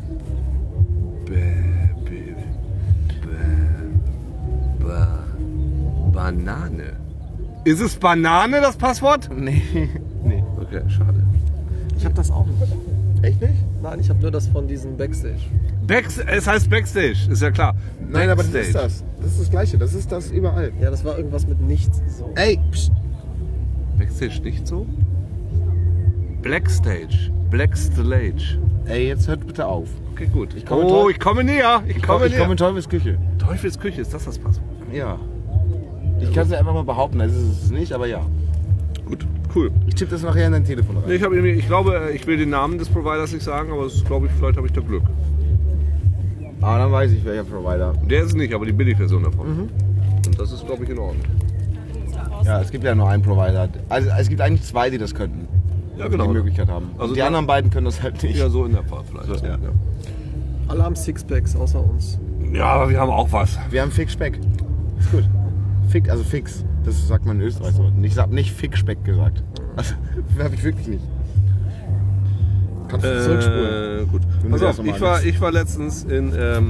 Banane. Ist es Banane, das Passwort? Nee. Okay, schade. Ich habe das auch nicht. Echt nicht? Nein, ich habe nur das von diesem Backstage. Es heißt Backstage, ist ja klar. Nein, aber das Backstage. ist das. Das ist das Gleiche. Das ist das überall. Ja, das war irgendwas mit nichts. So. Ey, pst. Backstage nicht so? Blackstage. Blackstage. Ey, jetzt hört bitte auf. Okay, gut. Ich komme ich komme näher. Ich komme Ich komme in Teufels Küche. Teufels Küche, ist das Passwort? Ja. Ich kann es ja einfach mal behaupten, das ist es nicht, aber ja. Gut, cool. Ich tippe das nachher in dein Telefon rein. Nee, ich glaube, ich will den Namen des Providers nicht sagen, aber das glaube ich, vielleicht habe ich da Glück. Ah, dann weiß ich, welcher Provider. Der ist es nicht, aber die Billigversion davon. Und das ist, glaube ich, in Ordnung. Ja, es gibt ja nur einen Provider. Also es gibt eigentlich 2, die das könnten. Ja, genau. Die Möglichkeit haben. Also Und die da- anderen beiden können das halt nicht. Ja, so in der Fahrt vielleicht. So, ja. Alle haben Sixpacks, außer uns. Ja, aber wir haben auch was. Wir haben Fick-Speck. Ist gut. Fick, also Fix. Das sagt man in Österreich so. Ich habe nicht Fick-Speck gesagt. Also, habe ich wirklich nicht. Kannst du zurückspulen. Gut. Wenn Pass du auf, das nochmal ich war letztens in.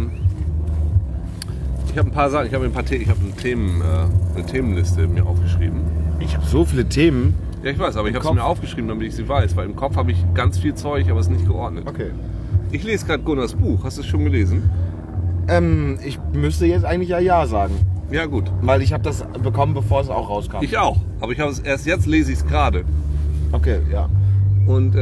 Ich habe ein paar Sachen, ich habe eine Themenliste mir aufgeschrieben. Ich habe so viele Themen. Ja, ich weiß, aber ich habe sie Kopf? mir aufgeschrieben, damit ich sie weiß, weil im Kopf habe ich ganz viel Zeug, aber es ist nicht geordnet. Okay. Ich lese gerade Gunnars Buch. Hast du es schon gelesen? Ich müsste jetzt eigentlich ja sagen. Ja, gut. Weil ich habe das bekommen, bevor es auch rauskam. Ich auch. Aber ich habe es erst jetzt lese ich es gerade. Okay, ja. Und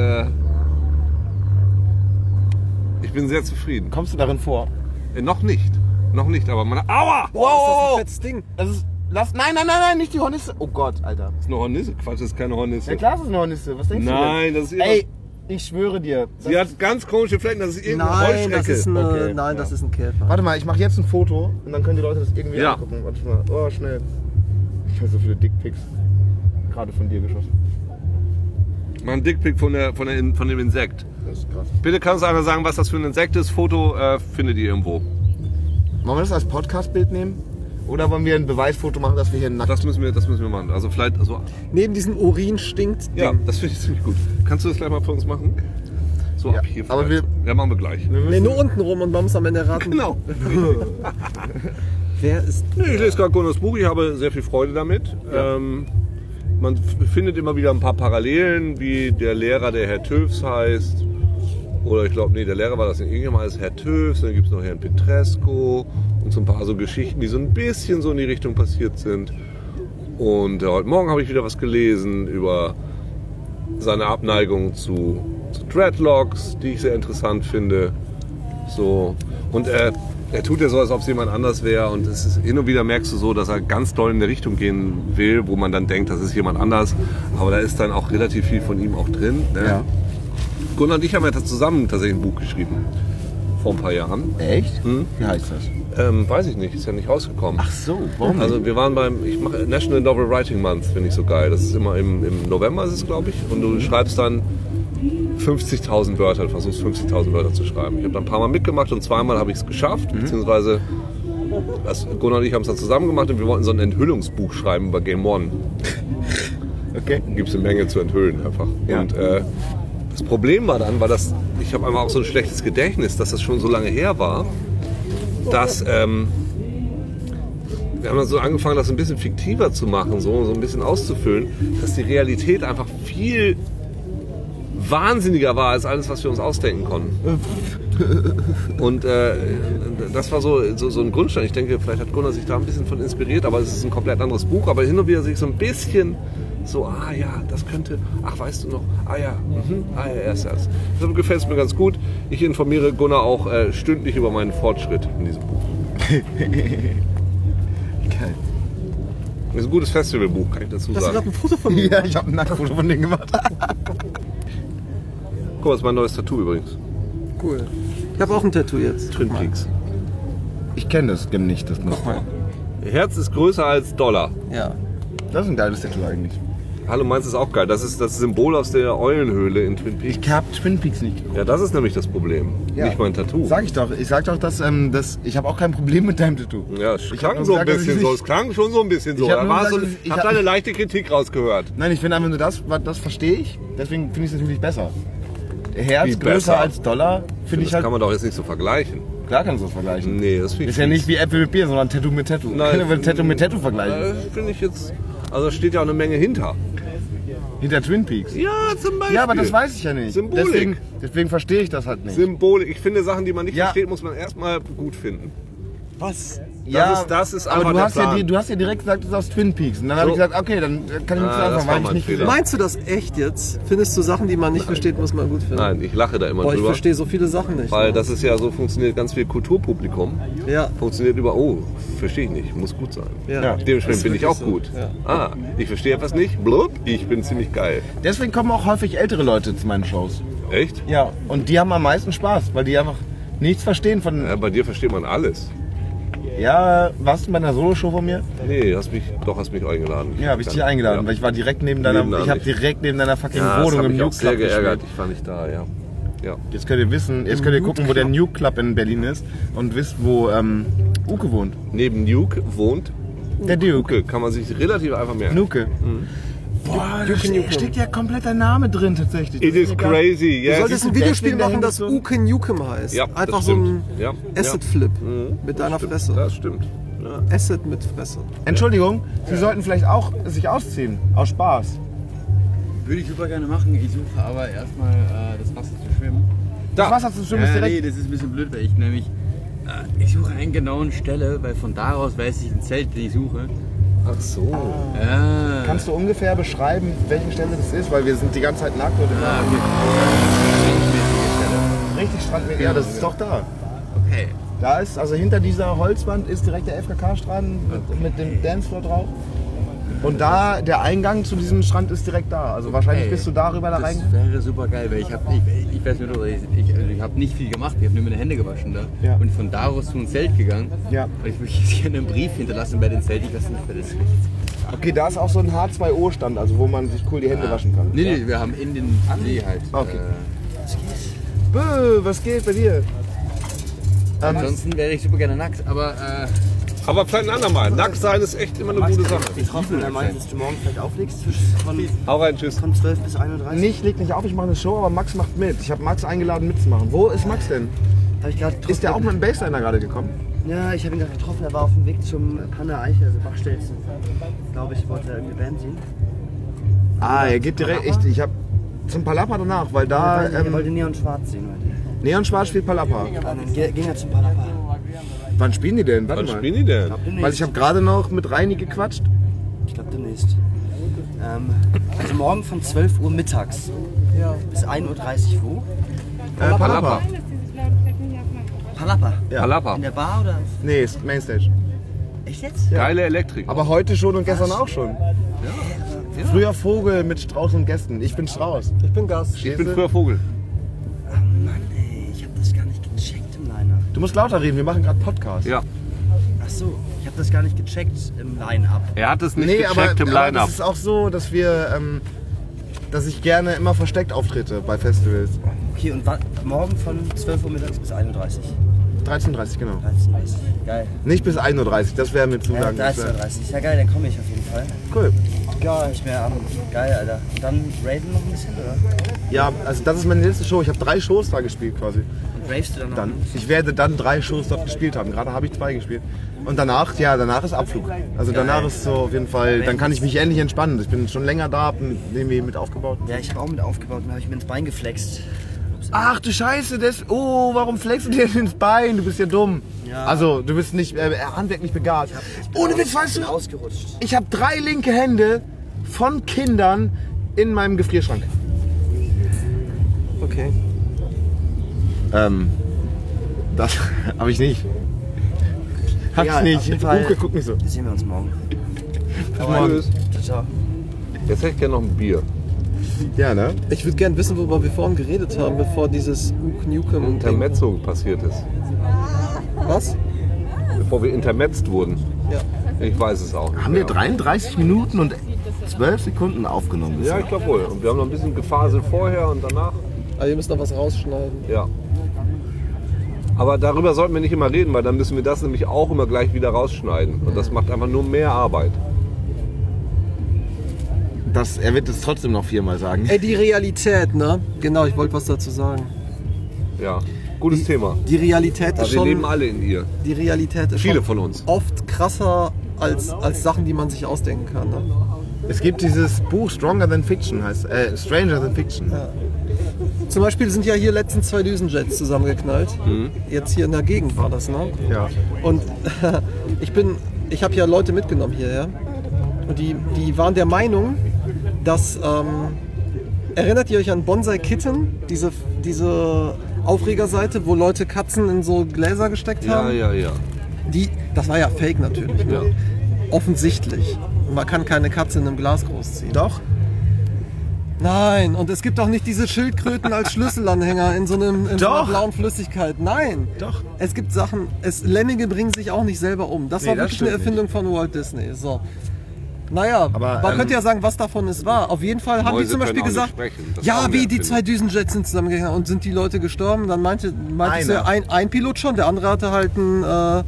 ich bin sehr zufrieden. Kommst du darin vor? Noch nicht. Noch nicht, aber man. Aua! Boah, ist das ein fettes Ding. Das ist. Nein, nicht die Hornisse. Oh Gott, Alter. Das ist eine Hornisse. Quatsch, das ist keine Hornisse. Ja klar, das ist eine Hornisse. Was denkst du Nein, denn? das ist Ey, ich schwöre dir. Sie hat ganz komische Flecken, das ist irgendeine Nein, Heuschrecke. das ist, Okay, das ist ein Käfer. Warte mal, ich mache jetzt ein Foto und dann können die Leute das irgendwie Ja. angucken. Warte mal. Oh, schnell. Ich habe so viele Dickpics. Gerade von dir geschossen. Mal ein Dickpick von dem Insekt. Das ist krass. Bitte kannst du einer sagen, was das für ein Insekt ist? Foto findet ihr irgendwo. Wollen wir das als Podcast-Bild nehmen? Oder wollen wir ein Beweisfoto machen, dass wir hier nackt... Das müssen wir machen. Also vielleicht, also, Neben diesem Urin stinkt. ja, das finde ich ziemlich gut. Kannst du das gleich mal für uns machen? So Ja, ab hier aber vielleicht. Ja, machen wir gleich. Nee, nur unten rum und man muss am Ende raten. Genau. Wer ist. Ich lese gerade Gunnars Buch, ich habe sehr viel Freude damit. Ja. Man findet immer wieder ein paar Parallelen, wie der Lehrer, der Herr Töfs heißt. Oder ich glaube, nee, der Lehrer war das nicht. Irgendjemand heißt Herr Töfs, dann gibt es noch Herrn Petresco und so ein paar so Geschichten, die so ein bisschen so in die Richtung passiert sind. Und heute Morgen habe ich wieder was gelesen über seine Abneigung zu Dreadlocks, die ich sehr interessant finde. So. Und er tut ja so, als ob es jemand anders wäre. Und es ist, hin und wieder merkst du so, dass er ganz doll in eine Richtung gehen will, wo man dann denkt, das ist jemand anders. Aber da ist dann auch relativ viel von ihm auch drin. Ne? Ja. Gunnar und ich haben ja zusammen tatsächlich ein Buch geschrieben. Vor ein paar Jahren. Echt? Hm? Wie heißt das? Weiß ich nicht, ist ja nicht rausgekommen. Ach so, warum nicht? Also wir waren ich mache National Novel Writing Month, finde ich so geil. Das ist immer im November, ist es, glaube ich. Und du schreibst dann 50.000 Wörter, versuchst 50.000 Wörter zu schreiben. Ich habe dann ein paar Mal mitgemacht und zweimal habe ich es geschafft, beziehungsweise Gunnar und ich haben es dann zusammen gemacht und wir wollten so ein Enthüllungsbuch schreiben über Game One. Okay. Gibt es eine Menge zu enthüllen einfach. Ja. Und das Problem war dann, ich habe einfach auch so ein schlechtes Gedächtnis, dass das schon so lange her war, dass wir haben dann so angefangen, das ein bisschen fiktiver zu machen, so ein bisschen auszufüllen, dass die Realität einfach viel wahnsinniger war als alles, was wir uns ausdenken konnten. Und das war so ein Grundstein. Ich denke, vielleicht hat Gunnar sich da ein bisschen von inspiriert, aber es ist ein komplett anderes Buch. Aber hin und wieder sehe ich so ein bisschen so, das könnte, weißt du noch, erst. Deshalb gefällt es mir ganz gut. Ich informiere Gunnar auch stündlich über meinen Fortschritt in diesem Buch. Geil. Das ist ein gutes Festivalbuch, kann ich dazu Hast du sagen. gerade ein Foto von mir? Ja, ich habe ein Nacktfoto von denen gemacht. Guck mal, das ist mein neues Tattoo übrigens. Cool. Ich habe auch ein Tattoo jetzt. Twin Peaks. Ich kenne das nicht, das Muster. Herz ist größer als Dollar. Ja. Das ist ein geiles Tattoo eigentlich. Hallo, meins ist auch geil. Das ist das Symbol aus der Eulenhöhle in Twin Peaks. Ich hab Twin Peaks nicht geguckt. Ja, das ist nämlich das Problem. Ja. Nicht mein Tattoo. Sag ich doch. Ich sag doch, dass ich habe auch kein Problem mit deinem Tattoo. Ja, es Ich klang hab so nur ein gesagt, dass bisschen ich so. nicht- Es klang schon so ein bisschen so. Ich hab Da nur war gesagt, so, dass ich hab da eine leichte Kritik rausgehört. Nein, ich finde einfach nur das verstehe ich. Deswegen finde ich es natürlich besser. Herz Wie größer besser? als Dollar finde ich Das halt. kann man doch jetzt nicht so vergleichen. Klar kannst du das vergleichen. Nee, das finde ich Ist ja nicht wie Äpfel mit Bier, sondern Tattoo mit Tattoo. Nein. Können wir Tattoo mit Tattoo vergleichen? Finde ich jetzt. Also da steht ja auch eine Menge hinter. Hinter Twin Peaks. Ja, zum Beispiel. Ja, aber das weiß ich ja nicht. Symbolik. Deswegen verstehe ich das halt nicht. Symbolik. Ich finde, Sachen, die man nicht Ja. versteht, muss man erstmal gut finden. Was? Das ist aber einfach du der hast, ja, Plan. du hast ja direkt gesagt, das ist aus Twin Peaks. Und dann habe So. ich gesagt, okay, dann kann ich nichts das anfangen, war weil ich mein nicht Fehler. Meinst du das echt jetzt? Findest du Sachen, die man nicht versteht, muss man gut finden? Nein, ich lache da immer Boah, ich drüber. verstehe so viele Sachen nicht. Weil das ist ja so, funktioniert ganz viel Kulturpublikum. Ja. Funktioniert verstehe ich nicht, muss gut sein. Ja. Dementsprechend Ist bin ich wirklich auch so. gut. Ja. Ich verstehe etwas nicht, blub, ich bin ziemlich geil. Deswegen kommen auch häufig ältere Leute zu meinen Shows. Echt? Ja, und die haben am meisten Spaß, weil die einfach nichts verstehen von... Ja, bei dir versteht man alles. Ja, warst du bei einer Soloshow von mir? Nee, hast mich eingeladen. Ja, habe ich dich eingeladen, weil ich war direkt neben deiner... Nebenan Ich habe nicht. direkt neben deiner fucking Ja, das Wohnung hat im mich auch Nuke sehr Club geärgert. gespielt. Ich war nicht da, ja. Jetzt könnt ihr wissen, gucken, wo der Nuke Club in Berlin ist und wisst, wo Uke wohnt. Neben Nuke wohnt Der Duke. Uke, kann man sich relativ einfach merken. Nuke. Boah, da steckt ja komplett dein Name drin tatsächlich. It is crazy, Du yes. solltest ein Videospiel deswegen machen, das dahin Uke Nukem heißt. Ja, Einfach das so ein stimmt. Ja, Acid-Flip Mhm. mit deiner Stimmt, Fresse. Das stimmt. Ja. Acid mit Fresse. Entschuldigung, Sie sollten vielleicht auch sich ausziehen. Aus Spaß. Würde ich super gerne machen. Ich suche aber erstmal das Wasser zu schwimmen. Das Wasser zu schwimmen ist Nee, direkt... das ist ein bisschen blöd, weil ich nämlich ich suche einen genauen Stelle, weil von da aus weiß ich ein Zelt, den ich suche. Ach so. Ja. Kannst du ungefähr beschreiben, welche Stelle das ist? Weil wir sind die ganze Zeit nackt und Okay. richtig strandmäßig. Ja, das ist doch da. Okay. Da ist, also hinter dieser Holzwand ist direkt der FKK-Strand mit dem Dancefloor drauf. Und da, der Eingang zu diesem Strand ist direkt da. Also wahrscheinlich bist du darüber da Das rein. wäre super geil, weil ich weiß nicht, oder ich habe nicht viel gemacht, ich habe nur meine Hände gewaschen da. Ja. Und von da aus zu einem Zelt gegangen. Ja. Und ich würde jetzt gerne einen Brief hinterlassen bei den Zelt, ich weiß nicht, wer das ist. Okay, da ist auch so ein H2O-Stand, also wo man sich cool die Hände waschen kann. Nee, wir haben in den See halt. Okay. Was geht bei dir? Ansonsten wäre ich super gerne nackt, aber Aber vielleicht ein andermal. Nackt sein ist echt immer eine gute Sache. Ich hoffe, er meint, dass du morgen vielleicht auflegst Hau rein, tschüss. von 12 bis 31. Nicht, leg nicht auf, ich mache eine Show, aber Max macht mit. Ich habe Max eingeladen mitzumachen. Wo ist Max denn? Hab ich gerade Ist der auch mit dem Bassliner gerade gekommen? Ja, ich habe ihn gerade getroffen. Er war auf dem Weg zum Panne Eiche, also Bachstelzen. Glaube ich, wollte er irgendwie Band sehen. Ah, er geht direkt. Ich habe zum Palapa danach, weil da Er wollte Neon Schwarz sehen heute. Neon Schwarz spielt Palapa. Und dann ging er zum Palapa. Wann spielen die denn? Warte Wann mal. spielen die denn? Weil ich habe gerade noch mit Reini gequatscht. Ich glaube demnächst. Also morgen von 12 Uhr mittags bis 1.30 Uhr wo? Palapa. Palapa. Palapa. In der Bar oder? Nee, ist Mainstage. Echt jetzt? Geile Elektrik. Aber heute schon und gestern auch schon. Früher Vogel mit Strauß und Gästen. Ich bin Strauß. Ich bin Gast. Ich bin früher Vogel. Oh Mann, ey, ich habe das gar nicht gecheckt im Line-Up. Du musst lauter reden, wir machen gerade Podcast. Ja. Ach so, ich habe das gar nicht gecheckt im Line-Up. Er hat es nicht Nee, gecheckt im aber Line-Up. das ist auch so, dass wir, dass ich gerne immer versteckt auftrete bei Festivals. Okay, und morgen von 12 Uhr mittags bis 1.30 Uhr. 13:30, genau. 13:30. Geil. Nicht bis 1:30 Uhr, das wäre mir zu lang. 13:30. Ja geil, dann komme ich auf jeden Fall. Cool. Geil. Ich mir an. Geil, Alter. Und dann raven noch ein bisschen, oder? Ja, also das ist meine letzte Show. Ich habe 3 Shows da gespielt quasi. Und ravest du dann noch? Dann. Ich werde dann 3 Shows dort gespielt haben. Gerade habe ich 2 gespielt. Und danach ist Abflug. Also danach ist so auf jeden Fall, dann kann ich mich endlich entspannen. Ich bin schon länger da, hab irgendwie mit aufgebaut. Ja, ich habe auch mit aufgebaut und habe ich mir ins Bein geflext. Ach du Scheiße, warum flexst du dir denn ins Bein? Du bist ja dumm. Ja. Also, du bist nicht handwerklich begabt. Ohne Witz, weißt du, ausgerutscht. ich habe 3 linke Hände von Kindern in meinem Gefrierschrank. Okay. Das habe ich nicht. Hab's Ja, auf nicht. jeden Fall. Uke, guck nicht so. Sehen wir uns morgen. Bis morgen. Ciao, ciao. Jetzt hätte ich gerne noch ein Bier. Ja, ne? Ich würde gerne wissen, worüber wir vorhin geredet haben, bevor dieses Nukem Intermezzo passiert ist. Was? Bevor wir intermetzt wurden. Ja. Ich weiß es auch nicht. Haben wir 33 Minuten und 12 Sekunden aufgenommen bisher? Ja, ich glaube wohl. Und wir haben noch ein bisschen gefaselt vorher und danach. Aber ihr müsst noch was rausschneiden. Ja. Aber darüber sollten wir nicht immer reden, weil dann müssen wir das nämlich auch immer gleich wieder rausschneiden. Und das macht einfach nur mehr Arbeit. Er wird es trotzdem noch 4-mal sagen. Ey, die Realität, ne? Genau, ich wollte was dazu sagen. Ja, gutes Thema. Die Realität Aber ist wir schon... leben alle in ihr. Die Realität ist Viele schon von uns. oft krasser als Sachen, die man sich ausdenken kann. Ne? Es gibt dieses Buch Stranger Than Fiction, Stranger Than Fiction. Ja. Zum Beispiel sind ja hier letztens 2 Düsenjets zusammengeknallt. Jetzt hier in der Gegend war das, ne? Ja. Und ich habe ja Leute mitgenommen hierher. Und die waren der Meinung, dass, erinnert ihr euch an Bonsai Kitten? Diese Aufregerseite, wo Leute Katzen in so Gläser gesteckt haben? Ja. Das war ja fake natürlich, ne? Ja. Offensichtlich. Und man kann keine Katze in einem Glas großziehen. Doch? Nein, und es gibt auch nicht diese Schildkröten als Schlüsselanhänger in so einer blauen Flüssigkeit. Nein. Doch. Es gibt Sachen, Lemminge bringen sich auch nicht selber um. Das war das wirklich eine stimmt Erfindung von Walt Disney. So. Naja, Aber, man könnte ja sagen, was davon es war. Auf jeden Fall haben die Mäuse zum Beispiel können auch gesagt, nicht sprechen. Das ist ja, auch eine wie die Erfindung. 2 Düsenjets sind zusammengegangen und sind die Leute gestorben. Dann meinte Einer. ein Pilot schon, der andere hatte halt einen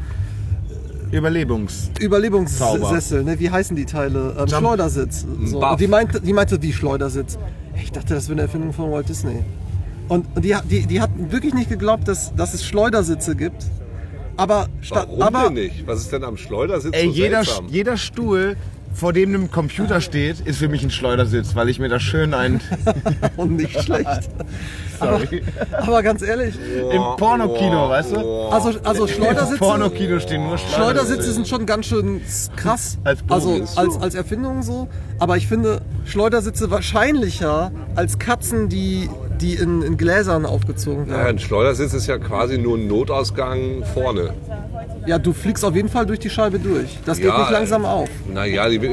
Überlebungssessel. Ne? Wie heißen die Teile? Schleudersitz. So. Buff. Und die meinte, wie Schleudersitz? Ich dachte, das wäre eine Erfindung von Walt Disney. Und die hat wirklich nicht geglaubt, dass es Schleudersitze gibt. Aber Warum denn nicht? Was ist denn am Schleudersitz so seltsam? Jeder Stuhl, vor dem ein Computer steht, ist für mich ein Schleudersitz, weil ich mir da schön und nicht schlecht. Sorry. Aber ganz ehrlich, Im Pornokino, weißt du? also Im Schleudersitze. Pornokino stehen nur Schleudersitze sind schon ganz schön krass, als Erfindung so. Aber ich finde Schleudersitze wahrscheinlicher als Katzen, die in Gläsern aufgezogen Ja, werden. ein Schleudersitz ist ja quasi nur ein Notausgang vorne. Ja, du fliegst auf jeden Fall durch die Scheibe durch. Das geht nicht langsam auf. Naja, die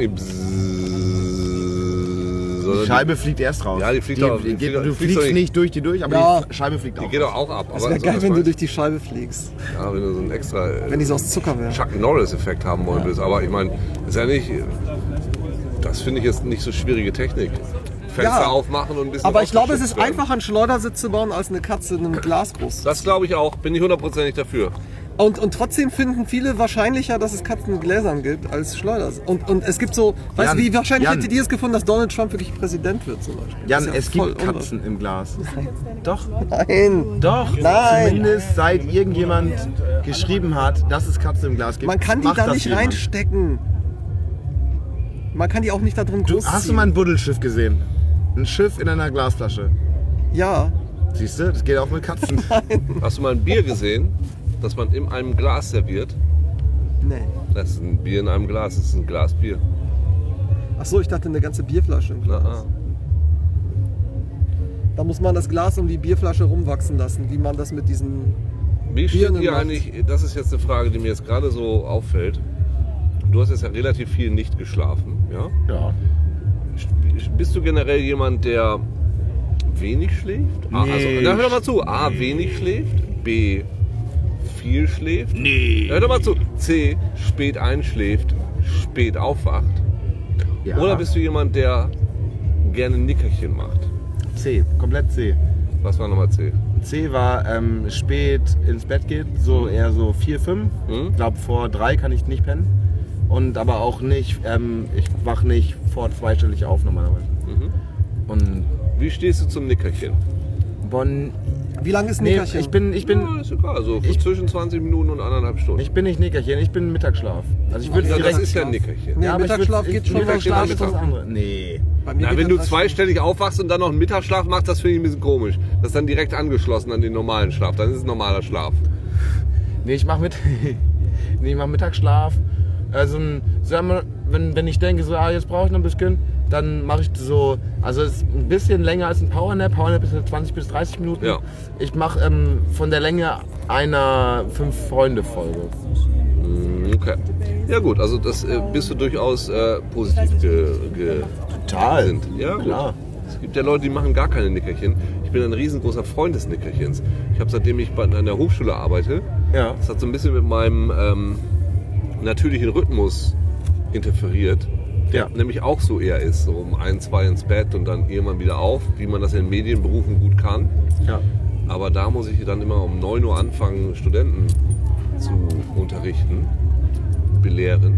Scheibe fliegt erst raus. Ja, die fliegt auch. Du fliegst nicht durch die durch, aber die Scheibe fliegt Die auch. geht doch auch ab. Es wäre geil, wenn du durch die Scheibe fliegst. Ja, wenn du so ein extra Wenn die so aus Zucker wären. Chuck Norris-Effekt haben wollen willst. Aber ich meine, ist ja nicht. Das finde ich jetzt nicht so schwierige Technik. Fenster aufmachen und ein bisschen. Aber ich glaube, es ist rausgeschützt werden. einfacher, einen Schleudersitz zu bauen, als eine Katze in einem Glas groß. Das glaube ich auch. Bin ich 100%ig dafür. Und trotzdem finden viele wahrscheinlicher, dass es Katzen in Gläsern gibt, als Schleuders. Und es gibt so, weißt du, wie wahrscheinlich hättet ihr es gefunden, dass Donald Trump wirklich Präsident wird zum Beispiel? Jan, Das ist ja es voll gibt Katzen im Glas. Doch. Nein. Doch. Nein. Zumindest seit irgendjemand geschrieben hat, dass es Katzen im Glas gibt. Man kann die macht da das nicht jemand. reinstecken. Man kann die auch nicht da drin großziehen. Hast du mal ein Buddelschiff gesehen? Ein Schiff in einer Glasflasche. Ja. Siehst du, das geht auch mit Katzen. Hast du mal ein Bier gesehen, das man in einem Glas serviert? Nee. Das ist ein Bier in einem Glas. Das ist ein Glas Bier. Achso, ich dachte eine ganze Bierflasche im Glas. Na, Da muss man das Glas um die Bierflasche rumwachsen lassen, wie man das mit diesen... Wie steht Birnen ihr macht. eigentlich, das ist jetzt eine Frage, die mir jetzt gerade so auffällt. Du hast jetzt ja relativ viel nicht geschlafen, ja? Ja. Bist du generell jemand, der wenig schläft? A, Nee. also, na, hör doch mal zu. A, wenig schläft. B, viel schläft. Nee. Hör doch mal zu. C, spät einschläft, spät aufwacht. Ja. Oder bist du jemand, der gerne Nickerchen macht? C, komplett C. Was war nochmal C? C war spät ins Bett geht, so eher so 4, 5. Ich glaube vor 3 kann ich nicht pennen. Und aber auch nicht, ich wach nicht vor zweistellig auf normalerweise. Und wie stehst du zum Nickerchen? Wie lange ist Nickerchen? Ich bin ist egal, also zwischen 20 Minuten und 1,5 Stunden. Ich bin nicht Nickerchen, ich bin Mittagsschlaf. Also ich würde das ist ja ein Nickerchen. Nee, Mittagsschlaf geht schon mal Mittagsschlaf ist was anderes. Nee. Na, wenn du zweistellig aufwachst und dann noch einen Mittagsschlaf machst, das finde ich ein bisschen komisch. Das ist dann direkt angeschlossen an den normalen Schlaf. Dann ist es ein normaler Schlaf. Nee, ich mach Mittagsschlaf. Also, sagen wir, wenn ich denke, so, jetzt brauche ich noch ein bisschen, dann mache ich so, also es ist ein bisschen länger als ein Powernap. Powernap ist 20 bis 30 Minuten. Ja. Ich mache von der Länge einer 5-Freunde-Folge. Okay. Ja gut, also das bist du durchaus positiv Total. sind. Ja, klar. Gut. Es gibt ja Leute, die machen gar keine Nickerchen. Ich bin ein riesengroßer Freund des Nickerchens. Ich habe, seitdem ich an der Hochschule arbeite, das hat so ein bisschen mit meinem natürlichen Rhythmus interferiert, der nämlich auch so eher ist, so um 1, 2 ins Bett und dann irgendwann wieder auf, wie man das in Medienberufen gut kann. Ja. Aber da muss ich dann immer um 9 Uhr anfangen, Studenten zu unterrichten, belehren.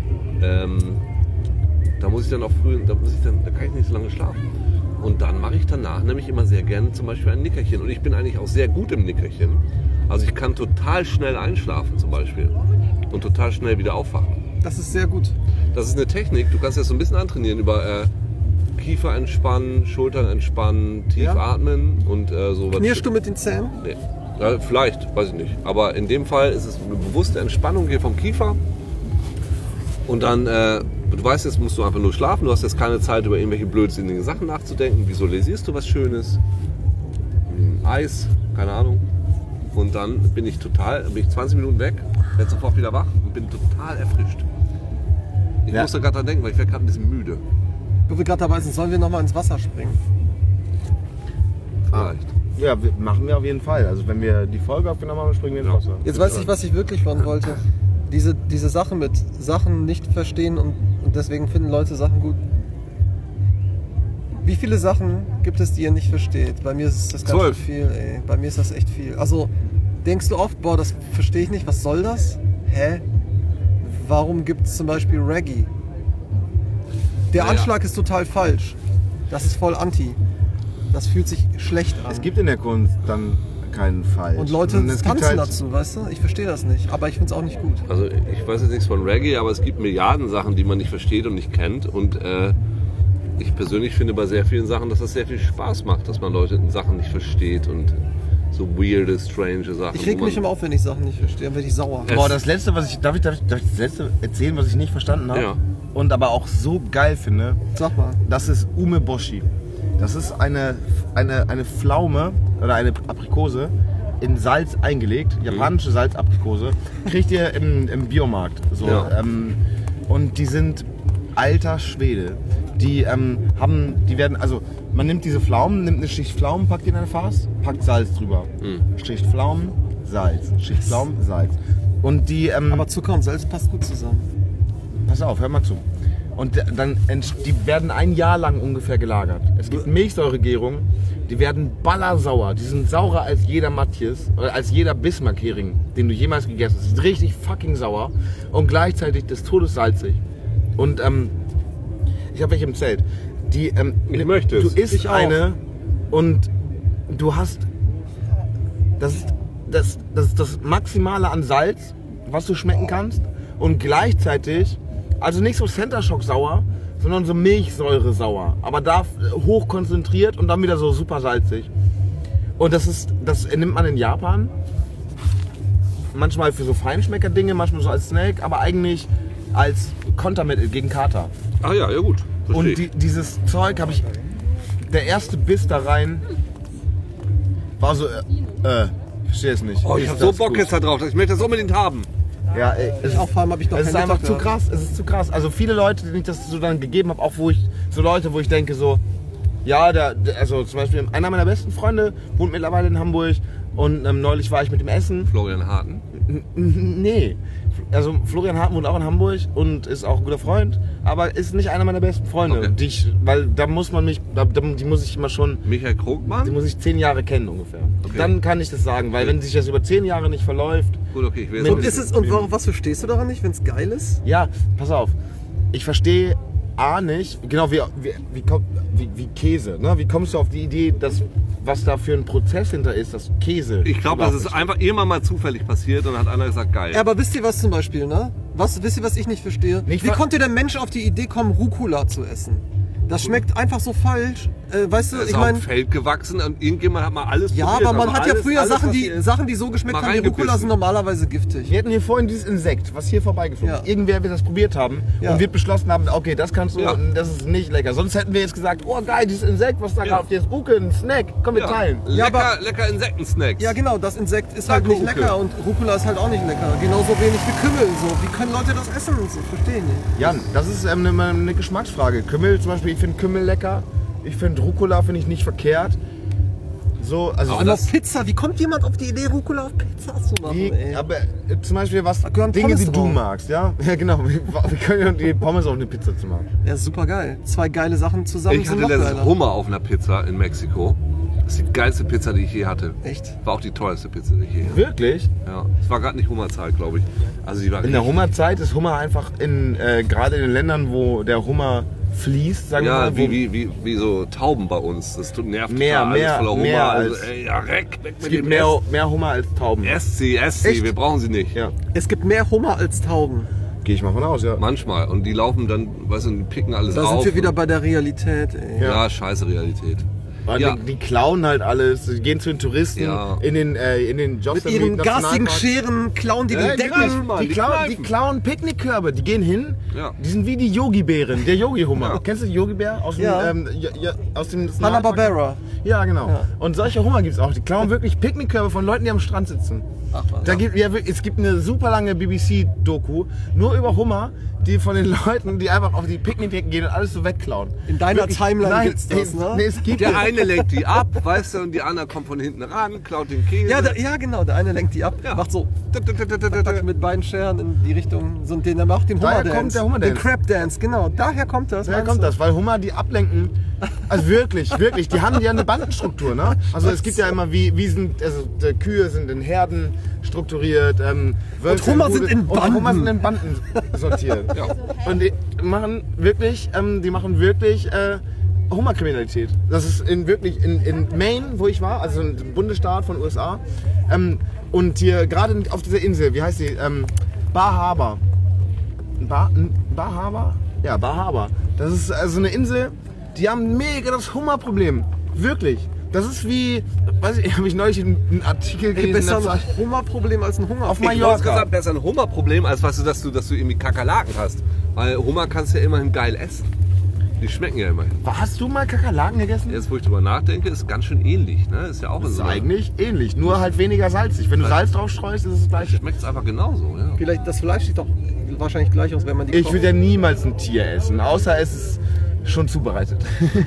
Da muss ich dann auch früh, da kann ich nicht so lange schlafen. Und dann mache ich danach nämlich immer sehr gerne zum Beispiel ein Nickerchen. Und ich bin eigentlich auch sehr gut im Nickerchen. Also ich kann total schnell einschlafen zum Beispiel und total schnell wieder aufwachen. Das ist sehr gut. Das ist eine Technik, du kannst das so ein bisschen antrainieren über Kiefer entspannen, Schultern entspannen, tief atmen und sowas. Knirschst du mit den Zähnen? Nee. Ja, vielleicht, weiß ich nicht. Aber in dem Fall ist es eine bewusste Entspannung hier vom Kiefer. Und dann, du weißt, jetzt musst du einfach nur schlafen. Du hast jetzt keine Zeit, über irgendwelche blödsinnigen Sachen nachzudenken. Visualisierst du was Schönes? Eis, keine Ahnung. Und dann bin ich 20 Minuten weg, werde sofort wieder wach und bin total erfrischt. Ich musste gerade dran denken, weil ich werde gerade ein bisschen müde. Wo wir gerade dabei sind, sollen wir nochmal ins Wasser springen? Vielleicht. Ja, machen wir auf jeden Fall. Also wenn wir die Folge aufgenommen haben, springen wir ins Wasser. Jetzt weiß ich, was ich wirklich von wollte. Diese Sache mit Sachen nicht verstehen und deswegen finden Leute Sachen gut. Wie viele Sachen gibt es, die ihr nicht versteht? Bei mir ist das ganz schön viel, ey. Bei mir ist das echt viel. Also denkst du oft, boah, das verstehe ich nicht, was soll das? Hä? Warum gibt es zum Beispiel Reggae? Der Anschlag ist total falsch. Das ist voll anti. Das fühlt sich schlecht an. Es gibt in der Kunst dann keinen Fall. Und Leute tanzen dazu, weißt du? Ich verstehe das nicht, aber ich finde es auch nicht gut. Also ich weiß jetzt nichts von Reggae, aber es gibt Milliarden Sachen, die man nicht versteht und nicht kennt. Und ich persönlich finde bei sehr vielen Sachen, dass das sehr viel Spaß macht, dass man Leute Sachen nicht versteht und so weirde, strange Sachen. Ich reg mich immer auf, wenn ich Sachen nicht verstehe, dann werde ich sauer. Boah, das letzte, darf ich das letzte erzählen, was ich nicht verstanden habe? Ja. Und aber auch so geil finde. Sag mal. Das ist Umeboshi. Das ist eine Pflaume oder eine Aprikose in Salz eingelegt, japanische Salzaprikose. Kriegt ihr im Biomarkt. So, und die sind alter Schwede. Die werden, also man nimmt diese Pflaumen, nimmt eine Schicht Pflaumen, packt die in eine Fass, packt Salz drüber. Schicht Pflaumen, Salz. Schicht Pflaumen, Salz. Und die, aber Zucker und Salz passt gut zusammen. Pass auf, hör mal zu. Und dann, die werden ein Jahr lang ungefähr gelagert. Es gibt Milchsäuregärungen, die werden ballersauer. Die sind saurer als jeder Matjes oder als jeder Bismarck-Hering, den du jemals gegessen hast. Die sind richtig fucking sauer und gleichzeitig des Todes salzig. Und ich habe welche im Zelt. Die, ich möchte es. Du isst eine und du hast das Maximale an Salz, was du schmecken kannst und gleichzeitig, also nicht so Center Shock sauer, sondern so Milchsäure sauer, aber da hoch konzentriert und dann wieder so super salzig. Und das nimmt man in Japan manchmal für so Feinschmecker-Dinge, manchmal so als Snack, aber eigentlich als Kontermittel gegen Kater. Ah ja, ja gut. Verstehe. Und dieses Zeug habe ich, der erste Biss da rein war so, ich verstehe es nicht. Oh, ich habe so Bock jetzt da drauf, ich möchte das unbedingt haben. Ja, Vor allem habe ich noch es ist einfach zu krass, es ist zu krass. Also viele Leute, denen ich das so dann gegeben habe, auch wo ich denke so, ja, also zum Beispiel einer meiner besten Freunde wohnt mittlerweile in Hamburg und neulich war ich mit dem Essen. Florian Harten? Nee, also Florian Harten wohnt auch in Hamburg und ist auch ein guter Freund, aber ist nicht einer meiner besten Freunde. Okay. Weil da muss man mich, die muss ich immer schon... Michael Krogmann? Die muss ich 10 Jahre kennen ungefähr. Okay. Dann kann ich das sagen, weil wenn sich das über 10 Jahre nicht verläuft... Gut, okay, ich weiß Und was verstehst du daran nicht, wenn es geil ist? Ja, pass auf. Ich verstehe nicht, genau wie Käse. Ne? Wie kommst du auf die Idee, dass was da für ein Prozess hinter ist, das Käse? Ich glaube, das ist einfach irgendwann mal zufällig passiert und dann hat einer gesagt, geil. Ja, aber wisst ihr was zum Beispiel, ne? Wisst ihr, was ich nicht verstehe? Wie konnte der Mensch auf die Idee kommen, Rucola zu essen? Das schmeckt einfach so falsch. Weißt du, Das ist ich auf meine... dem Feld gewachsen und irgendjemand hat mal alles Ja, probiert. aber man hat ja alles, früher alles, Sachen, die so geschmeckt mal haben wie Rucola, reingebissen. sind normalerweise giftig. Wir hatten hier vorhin dieses Insekt, was hier vorbeigeflogen ist. Irgendwer wird das probiert haben und wir beschlossen haben, okay, das kannst du, das ist nicht lecker. Sonst hätten wir jetzt gesagt, oh geil, dieses Insekt, was da gerade auf dir ist, Uke, ein Snack, komm, wir teilen. Lecker Insektensnacks. Ja genau, das Insekt ist halt nicht lecker und Rucola ist halt auch nicht lecker. Genauso wenig wie Kümmel. So. Wie können Leute das essen? So, verstehe ich nicht. Jan, das ist eine Geschmacksfrage. Kümmel zum Beispiel, ich finde Kümmel lecker. Ich finde Rucola finde ich nicht verkehrt. So, also aber auf Pizza, wie kommt jemand auf die Idee, Rucola auf Pizza zu machen? Aber zum Beispiel Dinge, die du magst, ja? Ja genau, wir können ja die Pommes auf eine Pizza zu machen. Ja, super geil. 2 geile Sachen zusammen. Ich hatte letztens Hummer auf einer Pizza in Mexiko. Das ist die geilste Pizza, die ich je hatte. Echt? War auch die teuerste Pizza, die ich je hatte. Wirklich? Ja. Es war gerade nicht Hummerzeit, glaube ich. Also die war in der Hummerzeit ist Hummer einfach gerade in den Ländern, wo der Hummer fließt, sagen wir mal. Ja, wie so Tauben bei uns. Das nervt mehr, total. Alles voller Hummer. Mehr also, weg es mit gibt dem mehr Hummer als Tauben. Esst sie, wir brauchen sie nicht. Ja. Es gibt mehr Hummer als Tauben. Gehe ich mal von aus, ja. Manchmal. Und die laufen dann, weißt du, die picken alles auf. Da sind wir wieder bei der Realität, ey. Ja, scheiße Realität. Ja. Die klauen halt alles, die gehen zu den Touristen in den Jobs. Mit ihren garstigen Scheren klauen die den Decken. Die klauen Picknickkörbe, die gehen hin, die sind wie die Yogi-Bären, der Yogi-Hummer. Ja. Kennst du den Yogi-Bär aus dem Hanna-Barbera? Ja, genau. Ja. Und solche Hummer gibt es auch, die klauen wirklich Picknickkörbe von Leuten, die am Strand sitzen. Ach, es gibt eine super lange BBC-Doku, nur über Hummer, die von den Leuten, die einfach auf die Picknickdecken gehen und alles so wegklauen. In deiner Timeline gibt's das, ne? Nee, es gibt der eine lenkt die ab, weißt du, und die andere kommt von hinten ran, klaut den Käse. Ja, genau, der eine lenkt die ab, macht so mit beiden Scheren in die Richtung, so, der macht den Daher kommt der Hummer-Dance. Den Crab-Dance, genau, daher kommt das. Daher kommt das, weil Hummer die ablenken. Also wirklich, die haben ja eine Bandenstruktur, ne? Also es gibt ja immer Kühe sind in Herden strukturiert, und Hummer sind in Banden. Und Hummer sind in Banden sortiert. Ja. Und die machen wirklich Hummerkriminalität. Das ist in Maine, wo ich war, also ein Bundesstaat von USA. Und hier gerade auf dieser Insel, wie heißt die? Bar Harbor. Bar Harbor? Ja, Bar Harbor. Das ist also eine Insel, die haben mega das Hummerproblem. Wirklich. Das ist wie, weiß ich, habe ich neulich einen Artikel gelesen. Besser ein Hummerproblem als ein Hunger. Auf Mallorca. Besser ein Hummerproblem, als dass du irgendwie Kakerlaken hast. Weil Hummer kannst du ja immerhin geil essen. Die schmecken ja immerhin. Hast du mal Kakerlaken gegessen? Jetzt, wo ich drüber nachdenke, ist ganz schön ähnlich. Ne? Ist ja auch ist eigentlich ähnlich, nur halt weniger salzig. Wenn du Salz drauf streust, ist es das gleiche. Schmeckt es einfach genauso. Ja. Vielleicht das Fleisch sieht doch wahrscheinlich gleich aus, wenn man die Ich würde ja niemals ein Tier essen, außer es ist schon zubereitet.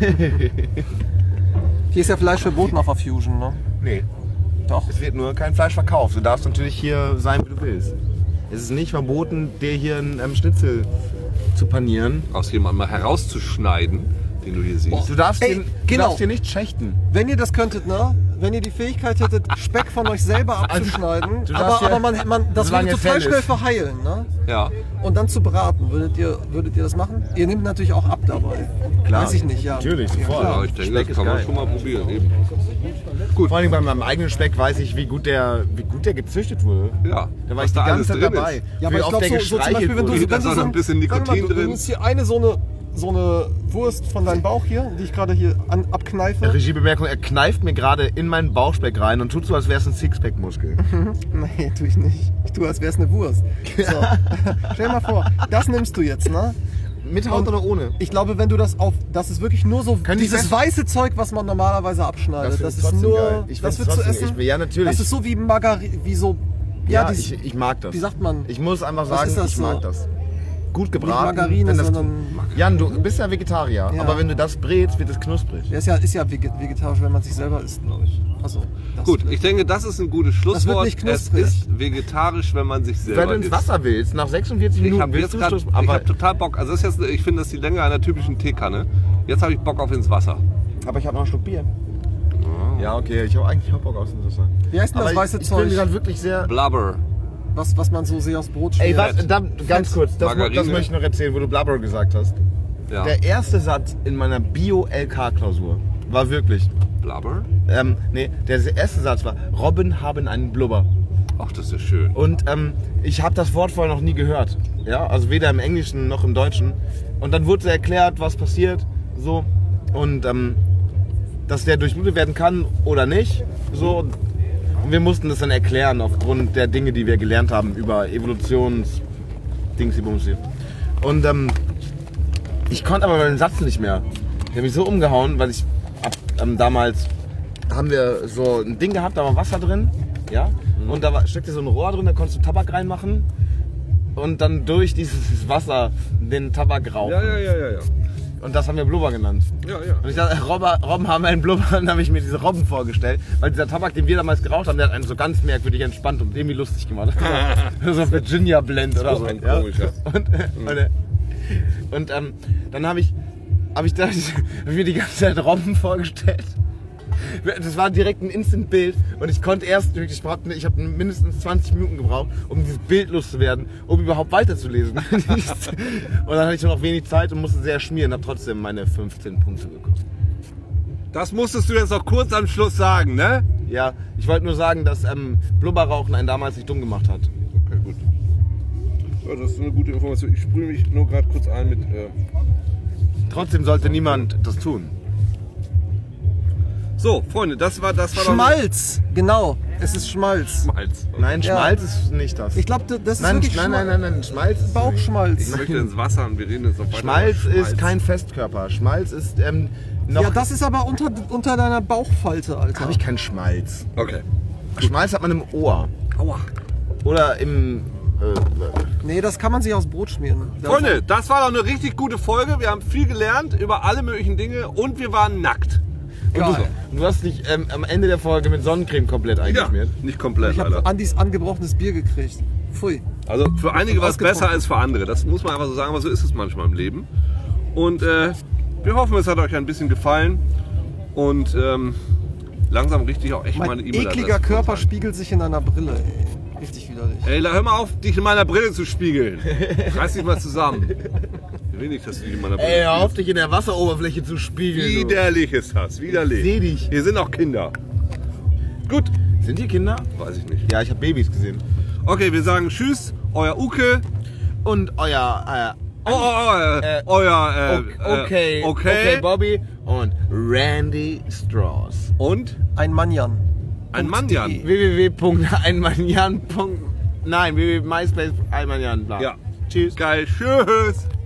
Hier ist ja Fleisch verboten auf der Fusion, ne? Nee. Doch. Es wird nur kein Fleisch verkauft. Du darfst natürlich hier sein, wie du willst. Es ist nicht verboten, dir hier einen Schnitzel zu panieren. Aus jemandem mal herauszuschneiden, den du hier siehst. Du darfst hier nicht schächten. Wenn ihr das könntet, ne? Wenn ihr die Fähigkeit hättet, Speck von euch selber abzuschneiden, aber man das würde total schnell verheilen, ne? Ja. Und dann zu braten, würdet ihr das machen? Ihr nehmt natürlich auch ab dabei. Klar. Weiß ich nicht, ja. Natürlich, sofort. Ja, ich denke, das kann man schon mal probieren. Eben. Gut. Vor allem bei meinem eigenen Speck weiß ich, wie gut der gezüchtet wurde. Ja. Da war ich die ganze Zeit dabei. Ist. Ja, aber ich glaube, so zum Beispiel, wenn du so ein bisschen Nikotin drin. Du hast hier so eine Wurst von deinem Bauch hier, die ich gerade hier abkneife. Regiebemerkung, er kneift mir gerade in meinen Bauchspeck rein und tut so, als wäre es ein Sixpack-Muskel. Nee, tue ich nicht. Ich tue, als wäre es eine Wurst. So. Stell dir mal vor, das nimmst du jetzt, ne? Mit Haut oder ohne? Ich glaube, wenn du das ist wirklich nur so dieses weiße Zeug, was man normalerweise abschneidet. Das ist nur, geil. das wird zu essen. Ja, natürlich. Das ist so wie ich mag das. Wie sagt man? Ich muss einfach sagen, ich mag das. gut gebraten. Nicht Margarine, das, sondern... Jan, du bist ja Vegetarier, Ja. aber wenn du das brätst, wird es knusprig. Ja, ist ja vegetarisch, wenn man sich selber isst, glaube ich. Also, das Gut, ich denke, das ist ein gutes Schlusswort. nicht Es knusprig. ist vegetarisch, wenn man sich selber Wenn du ins isst. Wasser willst, nach 46 Ich Minuten habe willst jetzt du grad, Schluss, ich hab total Bock. Also das ist jetzt, ich finde, das ist die Länge einer typischen Teekanne. Jetzt habe ich Bock auf ins Wasser. aber ich habe noch einen Schluck Bier. Ja, okay, ich habe eigentlich auch Bock auf ins Wasser. Wie heißt denn das Aber weiße ich Zeug? bin gerade wirklich sehr... Blubber. Was man so sehr aufs Brot schmiert. Ey, was, ganz kurz, das Margarine. möchte ich noch erzählen, wo du Blubber gesagt hast. Ja. Der erste Satz in meiner Bio-LK-Klausur war wirklich... Blubber? Nee, der erste Satz war, Robben haben einen Blubber. Ach, das ist schön. Und ich habe das Wort vorher noch nie gehört. Ja, also weder im Englischen noch im Deutschen. Und dann wurde erklärt, was passiert, so. Und dass der durchblutet werden kann oder nicht. So. Und wir mussten das dann erklären aufgrund der Dinge, die wir gelernt haben über Evolutions-Dingsy-Bumsy. Und ich konnte aber den Satz nicht mehr. Ich habe mich so umgehauen, weil ich damals haben wir so ein Ding gehabt, da war Wasser drin, ja, und da steckte so ein Rohr drin, da konntest du Tabak reinmachen und dann durch dieses Wasser den Tabak rauchen. Ja. Und das haben wir Blubber genannt. Ja. Und ich dachte, Robben haben einen Blubber, dann habe ich mir diese Robben vorgestellt, weil dieser Tabak, den wir damals geraucht haben, der hat einen so ganz merkwürdig entspannt und irgendwie lustig gemacht. So Virginia Blend oder so. ein komischer. Und dann habe ich mir die ganze Zeit Robben vorgestellt. Das war direkt ein Instant-Bild und ich konnte erst, ich habe mindestens 20 Minuten gebraucht, um dieses Bild loszuwerden, um überhaupt weiterzulesen. Und dann hatte ich nur noch wenig Zeit und musste sehr schmieren, habe trotzdem meine 15 Punkte bekommen. Das musstest du jetzt noch kurz am Schluss sagen, ne? Ja, ich wollte nur sagen, dass Blubberrauchen einen damals nicht dumm gemacht hat. Okay, gut. Ja, das ist eine gute Information. Ich sprühe mich nur gerade kurz ein mit... Trotzdem sollte niemand das tun. So, Freunde, das war doch... Schmalz, genau. Es ist Schmalz. Schmalz. Nein, Ja. Schmalz ist nicht das. Ich glaube, das ist Nein, wirklich nein, Schmalz ist Bauchschmalz. Ich möchte ins Wasser und wir reden jetzt noch weiter. Schmalz über ist kein Festkörper. Schmalz ist noch... Ja, das ist aber unter deiner Bauchfalte, Alter. habe ich keinen Schmalz. Okay. Schmalz hat man im Ohr. Aua. Oder im... Nee, das kann man sich aufs Brot schmieren. Freunde, das war doch eine richtig gute Folge. Wir haben viel gelernt über alle möglichen Dinge und wir waren nackt. Geil. Du hast dich am Ende der Folge mit Sonnencreme komplett eingeschmiert. Nicht komplett, Ich Alter. habe Andis angebrochenes Bier gekriegt. Pfui. Also für einige war es Ausgebrochen. besser als für andere. Das muss man einfach so sagen, aber so ist es manchmal im Leben. Und wir hoffen, es hat euch ein bisschen gefallen. Und langsam richtig auch echt mal eine Mein E-Mail-Adresse. ekliger Körper von uns spiegelt sich in einer Brille, ey. Richtig widerlich. Ey, hör mal auf, dich in meiner Brille zu spiegeln. Reiß dich mal zusammen. Ich will nicht, dass du dich in meiner Brille Ey, hör auf spiegelst. dich in der Wasseroberfläche zu spiegeln. du. Widerlich ist das, widerlich. Ich seh dich. Hier sind auch Kinder. Gut, Sind hier Kinder? weiß ich nicht. Ja, ich habe Babys gesehen. Okay, wir sagen Tschüss, euer Uke. Und euer... okay, Bobby und Randy Strauss. Und Ein Manjan. ein Manjan. www.einmanjan. Nein, www.myspace einmanjan. Bla. Ja. Tschüss. Geil, tschüss.